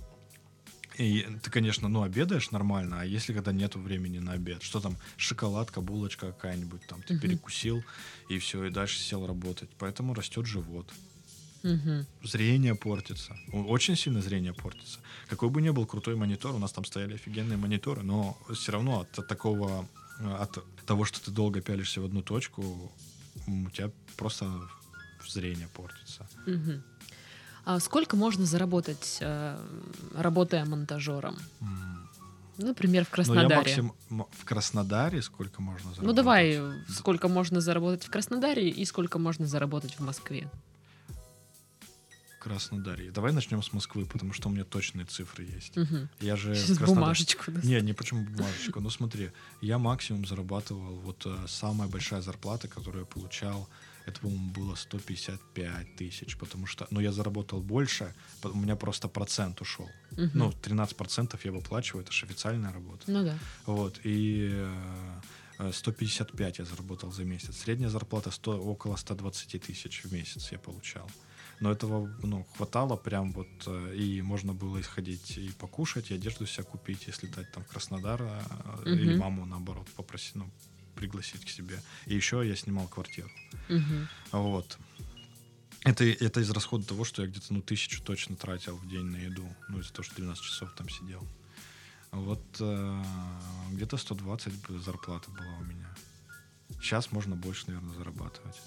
И ты, конечно, ну, обедаешь нормально, а если когда нету времени на обед, что там, шоколадка, булочка какая-нибудь, там, ты Мгм. перекусил, и все, и дальше сел работать. Поэтому растет живот. Мгм. Зрение портится. О- Очень сильно зрение портится. Какой бы ни был крутой монитор, у нас там стояли офигенные мониторы, но все равно от, от такого, э, от того, что ты долго пялишься в одну точку, м, у тебя просто зрение портится. Мгм. А сколько можно заработать, э, работая монтажером? М. Например, в Но я Краснодаре. максим м- в Краснодаре сколько можно заработать? Ну давай, э, сколько можно заработать в Краснодаре и сколько можно заработать в Москве? В Краснодаре. Давай начнем с Москвы, потому что у меня точные цифры есть. Мгм. Я же в Сейчас Краснодаре- бумажечку. да. Не, не почему бумажечку. Ну смотри, я максимум зарабатывал, вот э, самая большая зарплата, которую я получал, это, по-моему, было сто пятьдесят пять тысяч, потому что, ну, я заработал больше, по- у меня просто процент ушел. Мгм. Ну, тринадцать процентов я выплачиваю, это же официальная работа. Ну да. Вот, и э, э, сто пятьдесят пять я заработал за месяц. Средняя зарплата сто, около сто двадцать тысяч в месяц я получал. Но этого, ну, хватало прям вот, э, и можно было исходить и покушать, и одежду себе купить, если дать там в Краснодар, э, Мгм. или маму, наоборот, попросить, ну, пригласить к себе. И еще я снимал квартиру. Мгм. Вот. Это, это из расхода того, что я где-то, ну, тысячу точно тратил в день на еду. Ну, из-за того, что двенадцать часов там сидел. Вот э, где-то сто двадцать бы зарплата была у меня. Сейчас можно больше, наверное, зарабатывать.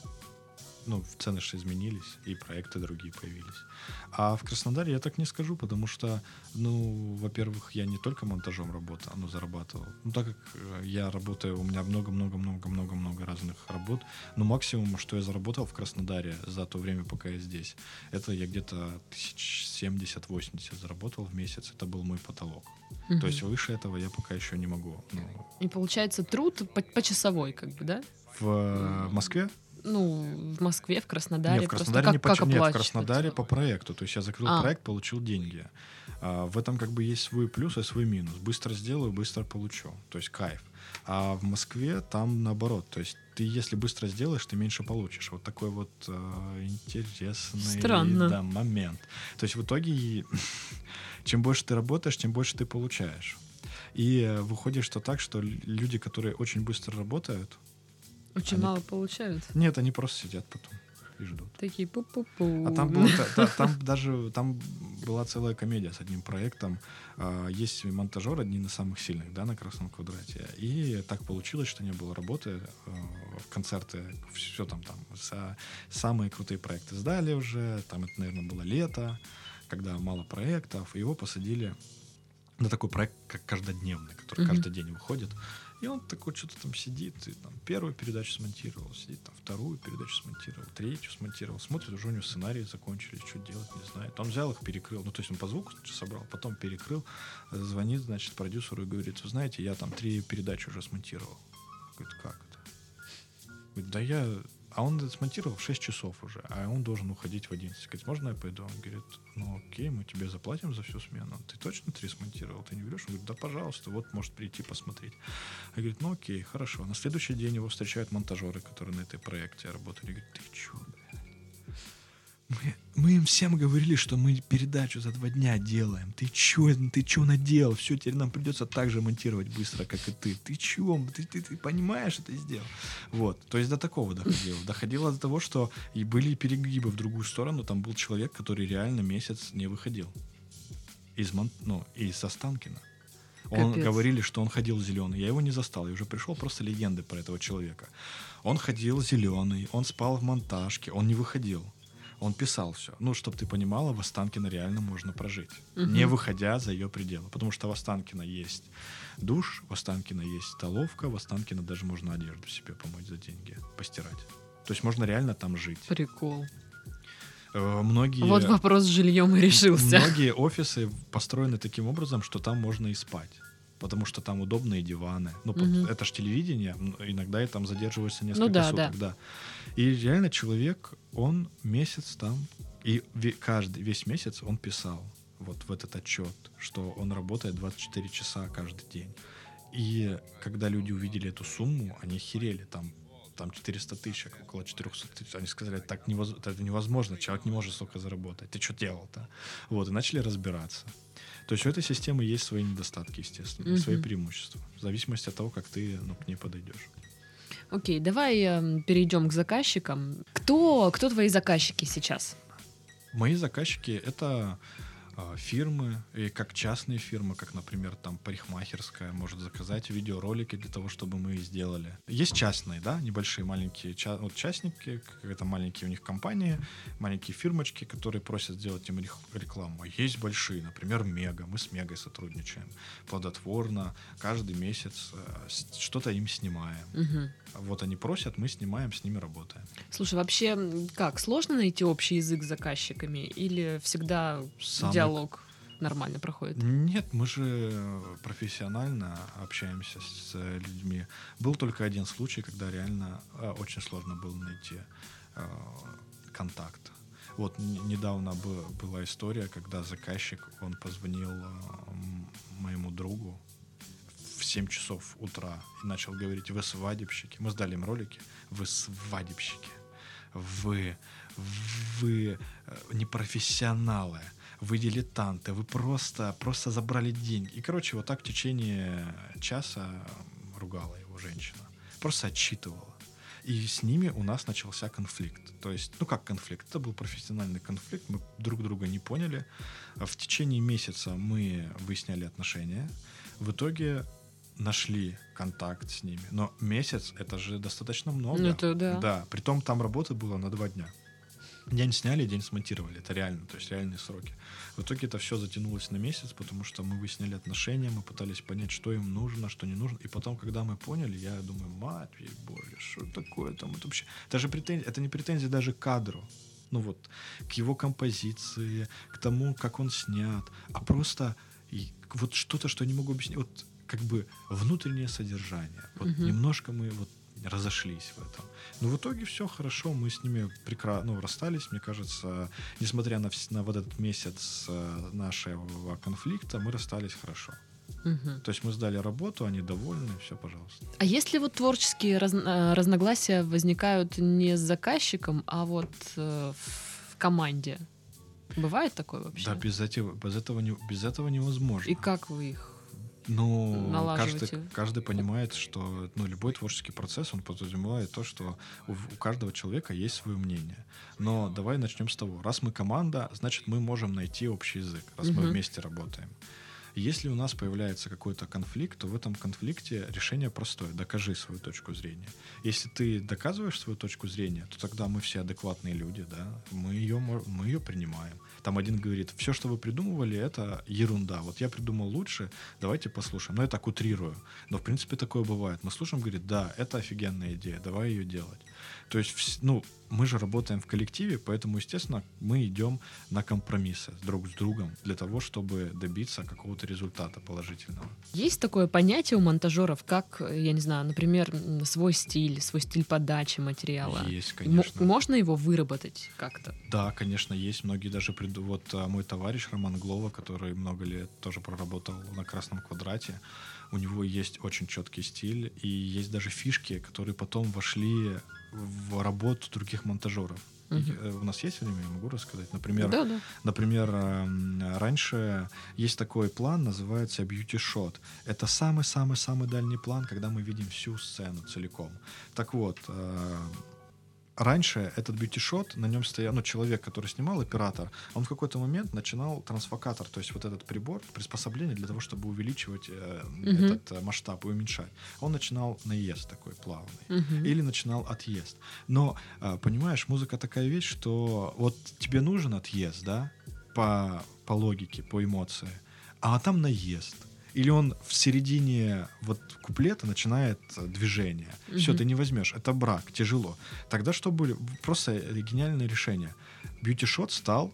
Ну, цены же изменились, и проекты другие появились. А в Краснодаре я так не скажу, потому что, ну, во-первых, я не только монтажом работал, но зарабатывал. Ну, так как э, я работаю, у меня много-много-много-много-много разных работ, но максимум, что я заработал в Краснодаре за то время, пока я здесь, это я где-то тысяч семьдесят-восемьдесят заработал в месяц. Это был мой потолок. Мгм. То есть выше этого я пока еще не могу. Ну, И получается труд по- почасовой, как бы, да? в э, Москве? Ну, в Москве, в Краснодаре. Нет, в просто Краснодаре как, не как поч- Нет, в оплачивать? Краснодаре по проекту. То есть я закрыл А. проект, получил деньги. А, в этом как бы есть свой плюс и свой минус. Быстро сделаю, быстро получу. То есть кайф. А в Москве там наоборот. То есть ты, если быстро сделаешь, ты меньше получишь. Вот такой вот э, интересный Странно. да, момент. То есть в итоге и- чем больше ты работаешь, тем больше ты получаешь. И э, выходит, что так, что л- люди, которые очень быстро работают, Очень Они- мало получают. нет, они просто сидят потом и ждут. Такие пу-пу-пу. А там, было, та- та- там даже там была целая комедия с одним проектом. А, Есть монтажер, один из самых сильных, да, на Красном квадрате. И так получилось, что не было работы, э, в концерты, все там, там, са- самые крутые проекты сдали уже. Там это, наверное, было лето, когда мало проектов. И его посадили на такой проект, как каждодневный, который Мгм. каждый день выходит. И он такой что-то там сидит, и там первую передачу смонтировал, сидит там вторую передачу смонтировал, третью смонтировал, смотрит, уже у него сценарии закончились, что делать, не знает. Он взял их, перекрыл, ну то есть он по звуку собрал, потом перекрыл, э, звонит, значит, продюсеру и говорит: вы знаете, я там три передачи уже смонтировал. Говорит: как это? Говорит: да я... а он смонтировал в шесть часов уже, а он должен уходить в одиннадцать. Говорит, можно я пойду? Он говорит, ну окей, мы тебе заплатим за всю смену. Ты точно три смонтировал? Ты не врешь? Он говорит, да пожалуйста, вот может прийти посмотреть. Он говорит, ну окей, хорошо. На следующий день его встречают монтажеры, которые на этой проекте работали. Говорит, ты чё, Мы, мы им всем говорили, что мы передачу за два дня делаем. Ты чё, ты чё наделал? Все, теперь нам придется так же монтировать быстро, как и ты. Ты чё? Ты, ты, ты понимаешь, это сделал? Вот. То есть до такого доходило. Доходило до того, что и были перегибы в другую сторону. Там был человек, который реально месяц не выходил. Из, Мон... ну, из Останкино. Он Капец. Говорили, что он ходил зеленый. Я его не застал. Я уже пришел, просто легенды про этого человека. Он ходил зеленый, он спал в монтажке, он не выходил. Он писал все. Ну, чтобы ты понимала, в Останкино реально можно прожить, Угу. не выходя за ее пределы. Потому что в Останкино есть душ, в Останкино есть столовка, в Останкино даже можно одежду себе помыть за деньги, постирать. То есть можно реально там жить. Прикол. Э, Многие, Вот вопрос с жильем и решился. многие офисы построены таким образом, что там можно и спать. Потому что там удобные диваны. Ну, под- Мгм. это ж телевидение, м, иногда я там задерживаюсь несколько Ну да, суток, да. И реально человек, он месяц там, и ве- каждый, весь месяц он писал вот в этот отчет, что он работает двадцать четыре часа каждый день. И когда люди увидели эту сумму, они охерели, там, там четыреста тысяч, около четыреста тысяч. Они сказали, так невоз- это невозможно, человек не может столько заработать. Ты что делал-то? Вот, и начали разбираться. То есть у этой системы есть свои недостатки, естественно, и свои Мгм. преимущества, в зависимости от того, как ты ну, к ней подойдешь. Окей, давай эм, перейдем к заказчикам. Кто, кто твои заказчики сейчас? Мои заказчики — это а, фирмы, и как частные фирмы, как, например, там парикмахерская может заказать видеоролики для того, чтобы мы их сделали. Есть частные, да, небольшие, маленькие ча- вот частники, какие-то маленькие у них компании, маленькие фирмочки, которые просят сделать им рех- рекламу. А есть большие, например, Мега. Мы с Мегой сотрудничаем плодотворно, каждый месяц э, с- что-то им снимаем. Мгм. Вот они просят, мы снимаем, с ними работаем. Слушай, вообще, м, как, сложно найти общий язык с заказчиками? Или всегда Самый диалог нормально проходит? Нет, мы же профессионально общаемся с э, людьми. Был только один случай, когда реально э, очень сложно было найти э, контакт. Вот н- недавно бы- была история, когда заказчик, он позвонил э, м- моему другу в семь часов утра и начал говорить, вы свадебщики. Мы сдали им ролики. Вы свадебщики. Вы, вы э, непрофессионалы. Вы дилетанты, вы просто, просто забрали деньги. И, короче, вот так в течение часа ругала его женщина. Просто отчитывала. И с ними у нас начался конфликт. То есть, ну как конфликт? Это был профессиональный конфликт, мы друг друга не поняли. В течение месяца мы выясняли отношения. В итоге нашли контакт с ними. Но месяц — это же достаточно много. Ну, это да. Да, притом там работы было на два дня. День сняли, день смонтировали. Это реально, то есть реальные сроки. В итоге это все затянулось на месяц, потому что мы выясняли отношения, мы пытались понять, что им нужно, что не нужно. И потом, когда мы поняли, я думаю, мать божья, что такое там? Это вообще... Это же претензия, это не претензия даже к кадру. Ну вот, к его композиции, к тому, как он снят, а просто и вот что-то, что я не могу объяснить. Вот как бы внутреннее содержание. Вот Мгм. немножко мы вот разошлись в этом. Но в итоге все хорошо, мы с ними прекрасно ну, расстались, мне кажется, несмотря на, вс- на вот этот месяц э, нашего конфликта, мы расстались хорошо. Мгм. То есть мы сдали работу, они довольны, все, пожалуйста. А если вот творческие раз- э, разногласия возникают не с заказчиком, а вот э, в команде? Бывает такое вообще? Да, без этого, без этого, не, без этого невозможно. И как вы их? Ну, налаживаете? каждый, каждый понимает, что ну, любой творческий процесс, он подразумевает то, что у, у каждого человека есть свое мнение. Но давай начнем с того. Раз мы команда, значит, мы можем найти общий язык, раз мы Мгм. вместе работаем. Если у нас появляется какой-то конфликт, то в этом конфликте решение простое. Докажи свою точку зрения. Если ты доказываешь свою точку зрения, то тогда мы все адекватные люди, да, мы ее, мо- мы ее принимаем. Там один говорит, все, что вы придумывали, это ерунда. Вот я придумал лучше, давайте послушаем. Но я так утрирую. Но, в принципе, такое бывает. Мы слушаем, говорит, да, это офигенная идея, давай ее делать. То есть, вс- ну, мы же работаем в коллективе, поэтому, естественно, мы идем на компромиссы друг с другом для того, чтобы добиться какого-то результата положительного. Есть такое понятие у монтажеров, как, я не знаю, например, м, свой стиль, свой стиль подачи материала? Есть, М- конечно. можно его выработать как-то? Да, конечно, есть. Многие даже приду... Вот а, мой товарищ Роман Глова, который много лет тоже проработал на «Красном квадрате», у него есть очень четкий стиль, и есть даже фишки, которые потом вошли в работу других монтажеров. Мгм. И, э, у нас есть время, я могу рассказать. Например, Да, да. например, эм, раньше есть такой план, называется beauty shot. Это самый-самый-самый дальний план, когда мы видим всю сцену целиком. Так вот, э, раньше этот бьюти-шот, на нем стоял, ну, человек, который снимал, оператор, он в какой-то момент начинал трансфокатор, то есть вот этот прибор, приспособление для того, чтобы увеличивать э, Мгм. этот э, масштаб и уменьшать. Он начинал наезд такой плавный. Мгм. Или начинал отъезд. Но, э, понимаешь, музыка такая вещь, что вот тебе нужен отъезд, да, по, по логике, по эмоции, а там наезд. Или он в середине вот куплета начинает э, движение. Все, Мгм. ты не возьмешь. Это брак, тяжело. Тогда что были? Просто гениальное решение. Бьюти-шот стал,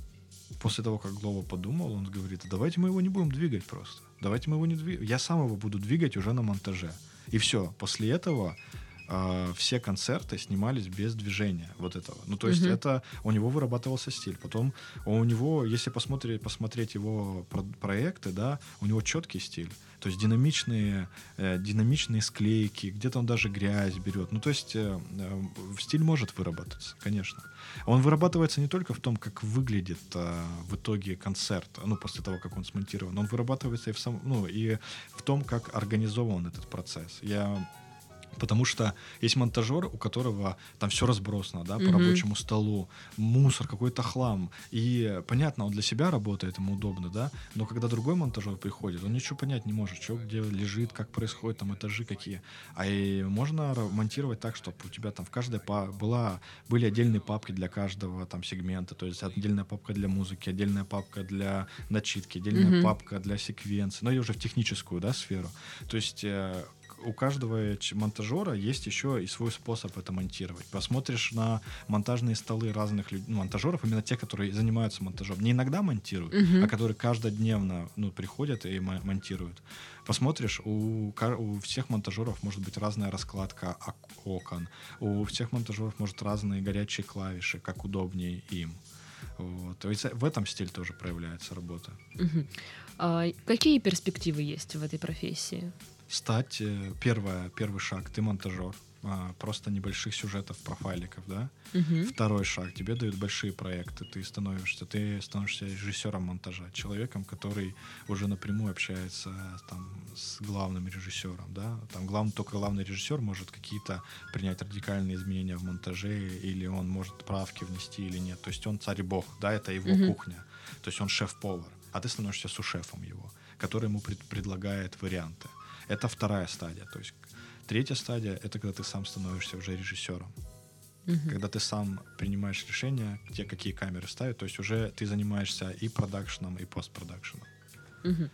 после того, как Глова подумал, он говорит, давайте мы его не будем двигать просто. Давайте мы его не двигаем. Я сам его буду двигать уже на монтаже. И все. После этого э, все концерты снимались без движения вот этого. Ну, то есть Мгм. это у него вырабатывался стиль. Потом у него, если посмотреть, посмотреть его про- проекты, да, у него четкий стиль. То есть динамичные, э, динамичные склейки, где-то он даже грязь берет. Ну, то есть э, э, стиль может выработаться, конечно. Он вырабатывается не только в том, как выглядит э, в итоге концерт, ну, после того, как он смонтирован, он вырабатывается и в, сам, ну, и в том, как организован этот процесс. Я Потому что есть монтажер, у которого там все разбросано, да, по Мгм. рабочему столу, мусор, какой-то хлам. И понятно, он для себя работает, ему удобно, да, но когда другой монтажер приходит, он ничего понять не может, что где лежит, как происходит, там этажи какие. А и можно ра- монтировать так, чтобы у тебя там в каждой па- была, были отдельные папки для каждого там сегмента, то есть отдельная папка для музыки, отдельная папка для начитки, отдельная Мгм. папка для секвенции, но и уже в техническую, да, сферу. То есть э, у каждого ч- монтажера есть еще и свой способ это монтировать. Посмотришь на монтажные столы разных люд- ну, монтажеров, именно те, которые занимаются монтажом, не иногда монтируют, Мгм. а которые каждодневно, ну, приходят и мо- монтируют. Посмотришь, у, ка- у всех монтажеров может быть разная раскладка ок- окон, у всех монтажеров может разные горячие клавиши, как удобнее им. Вот. То есть в этом стиль тоже проявляется работа. Мгм. А какие перспективы есть в этой профессии? Стать, э, первое, первый шаг, ты монтажер, а, просто небольших сюжетов, профайликов, да. Мгм. Второй шаг, тебе дают большие проекты, ты становишься, ты становишься режиссером монтажа, человеком, который уже напрямую общается там с главным режиссером, да. Там главный, только главный режиссер может какие-то принять радикальные изменения в монтаже, или он может правки внести или нет. То есть он царь и бог, да, это его Мгм. кухня. То есть он шеф-повар, а ты становишься сушефом его, который ему пред- предлагает варианты. Это вторая стадия. То есть третья стадия — это когда ты сам становишься уже режиссером. Мгм. Когда ты сам принимаешь решения, те, какие камеры ставить, то есть уже ты занимаешься и продакшеном, и постпродакшеном. Мгм.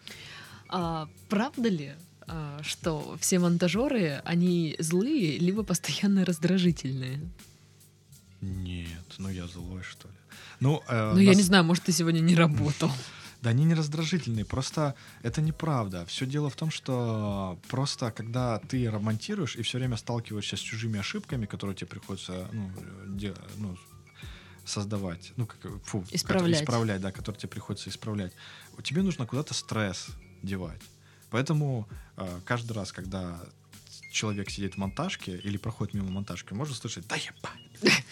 А правда ли, а, что все монтажеры, они злые, либо постоянно раздражительные? Нет, ну я злой, что ли. Ну, э, Ну, я нас- не знаю, может, ты сегодня не работал. Да они не раздражительные, просто это неправда. Все дело в том, что просто когда ты ремонтируешь и все время сталкиваешься с чужими ошибками, которые тебе приходится, ну, де- ну, создавать, ну, как, фу, Исправлять. ко- исправлять, да, которые тебе приходится исправлять, тебе нужно куда-то стресс девать. Поэтому э, каждый раз, когда человек сидит в монтажке или проходит мимо монтажки, можно слышать: да ебать.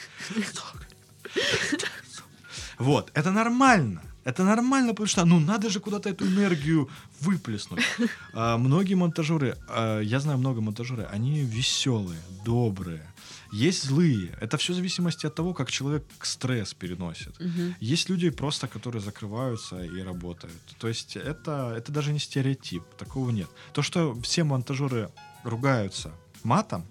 Вот, это нормально. Это нормально, потому что, ну, надо же куда-то эту энергию выплеснуть. А, многие монтажеры, а, я знаю много монтажеров, они веселые, добрые. Есть злые. Это все в зависимости от того, как человек стресс переносит. Мгм. Есть люди просто, которые закрываются и работают. То есть это, это даже не стереотип. Такого нет. То, что все монтажеры ругаются матом,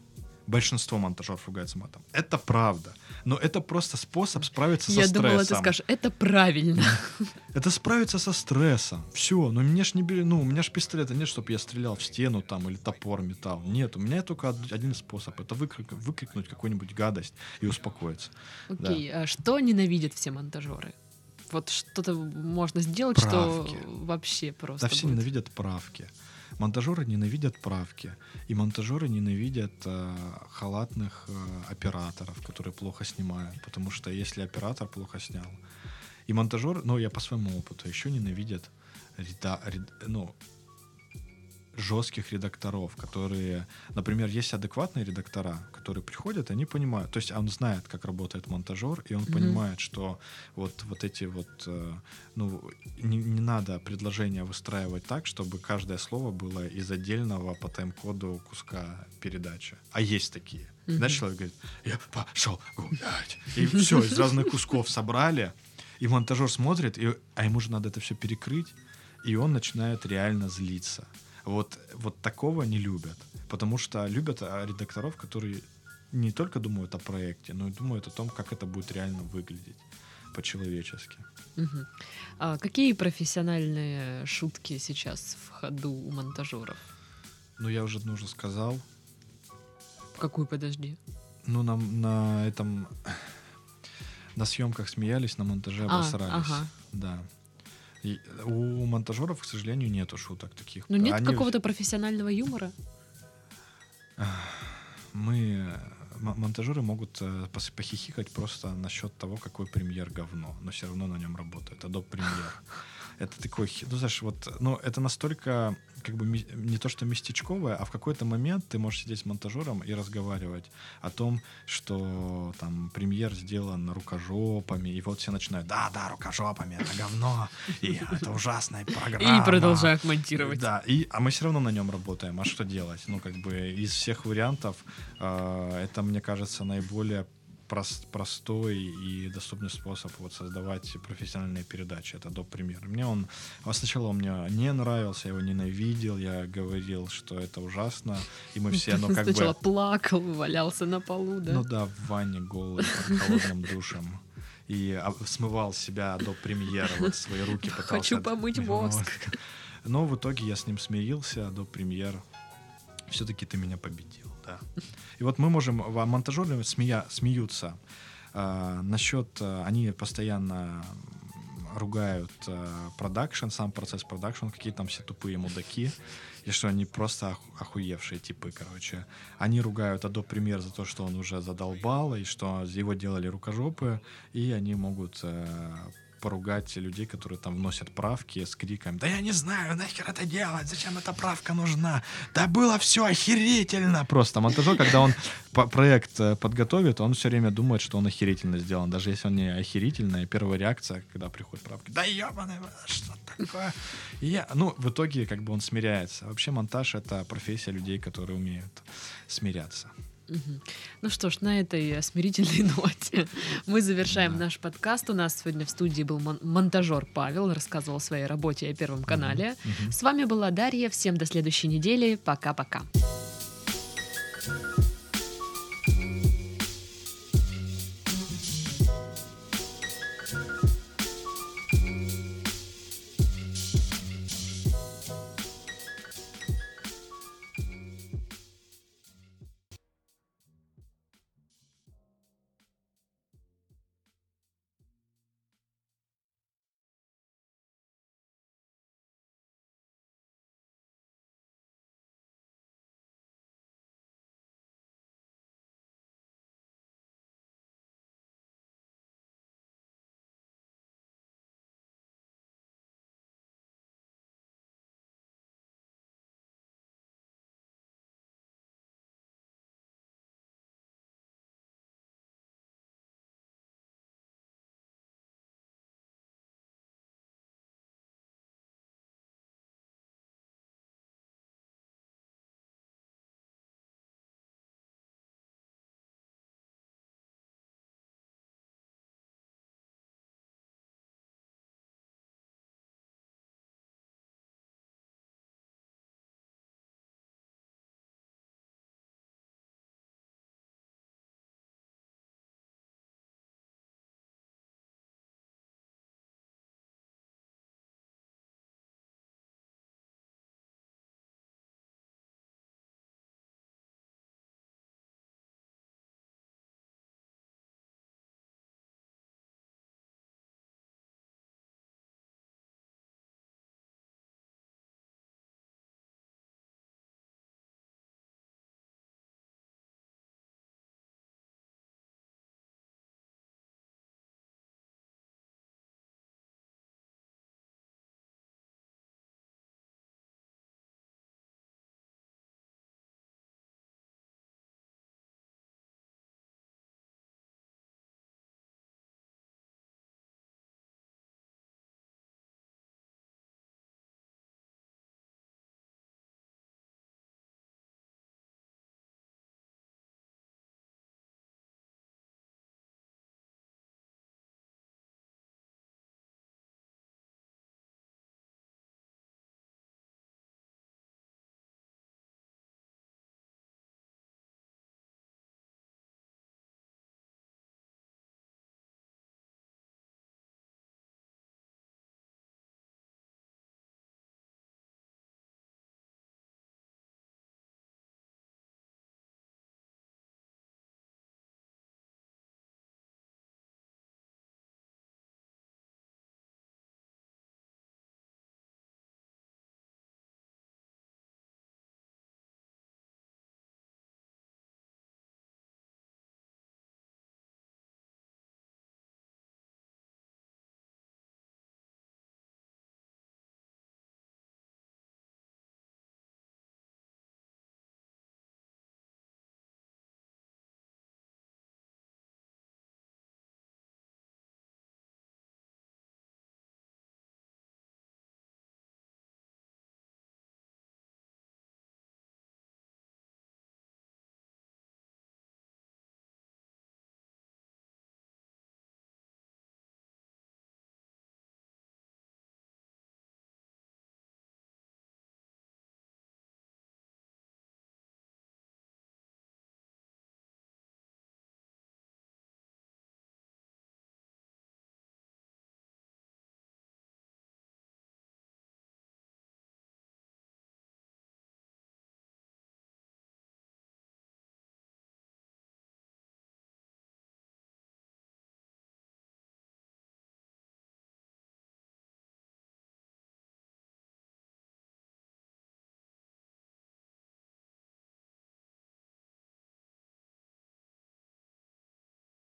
большинство монтажеров ругаются матом. Это правда. Но это просто способ справиться Я со стрессом. Я думала, ты скажешь, это правильно. Это справиться со стрессом. Все, ну мне ж не бери, ну у меня ж пистолета нет, чтобы я стрелял в стену там или топор метал. Нет, у меня только один способ. Это выкрик, выкрикнуть какую-нибудь гадость и успокоиться. Окей, да. А что ненавидят все монтажеры? Вот что-то можно сделать, правки. Что вообще просто Да, все будет. ненавидят правки. Монтажеры ненавидят правки. И монтажеры ненавидят э, халатных э, операторов, которые плохо снимают. Потому что если оператор плохо снял. И монтажеры, ну, я по своему опыту, еще ненавидят реда, ред, ну, жестких редакторов, которые, например, есть адекватные редактора, которые приходят, они понимают, то есть он знает, как работает монтажер, и он mm-hmm. понимает, что вот, вот эти вот, ну, не, не надо предложения выстраивать так, чтобы каждое слово было из отдельного по тайм-коду куска передачи. А есть такие. Mm-hmm. Дальше человек говорит, я пошел гулять. И все, из разных кусков собрали, и монтажер смотрит, и, а ему же надо это все перекрыть, и он начинает реально злиться. Вот, вот такого не любят. Потому что любят редакторов, которые не только думают о проекте, но и думают о том, как это будет реально выглядеть по-человечески. Угу. А какие профессиональные шутки сейчас в ходу у монтажеров? Ну, я уже одну уже сказал. Какую, подожди? Ну, на, на этом... На съемках смеялись, на монтаже обосрались. А, ага. Да. И у монтажеров, к сожалению, нету шуток таких. Ну нет Они... какого-то профессионального юмора? Мы... Монтажеры могут похихикать просто насчет того, какой премьер говно, но все равно на нем работает. Adobe Premiere. Это такой... Ну, знаешь, вот... Ну, это настолько как бы не то, что местечковое, а в какой-то момент ты можешь сидеть с монтажером и разговаривать о том, что там премьер сделан рукожопами, и вот все начинают, да-да, рукожопами, это говно, и это ужасная программа. И продолжают монтировать. Да, и, а мы все равно на нем работаем, а что делать? Ну, как бы из всех вариантов э, это, мне кажется, наиболее прост, простой и доступный способ вот создавать профессиональные передачи. Это Adobe Premiere. Мне он... Сначала он мне не нравился, я его ненавидел, я говорил, что это ужасно, и мы все, ну, как бы... Сначала плакал, валялся на полу, да? Ну да, в ванне голый, под холодным душем. И смывал с себя Adobe Premiere, вот свои руки пытался... Хочу помыть мозг. Но в итоге я с ним смирился, Adobe Premiere. Все-таки ты меня победил, да. И вот мы можем, монтажеры смея, смеются э, насчет, э, они постоянно ругают продакшн, э, сам процесс продакшн, какие там все тупые мудаки, и что они просто оху- охуевшие типы, короче. Они ругают Adobe Premiere за то, что он уже задолбал, и что его делали рукожопы, и они могут... Э, поругать людей, которые там вносят правки с криком: да я не знаю, нахер это делать, зачем эта правка нужна, да было все охерительно. Просто монтажер, когда он проект подготовит, он все время думает, что он охерительно сделан, даже если он не охерительный. Первая реакция, когда приходит правка: да ебаный, что такое? И я, ну, в итоге как бы он смиряется. Вообще монтаж — это профессия людей, которые умеют смиряться. Угу. Ну что ж, на этой смирительной ноте мы завершаем да. наш подкаст. У нас сегодня в студии был мон- монтажер Павел, рассказывал о своей работе и о Первом канале. Угу. Угу. С вами была Дарья. Всем до следующей недели. Пока-пока.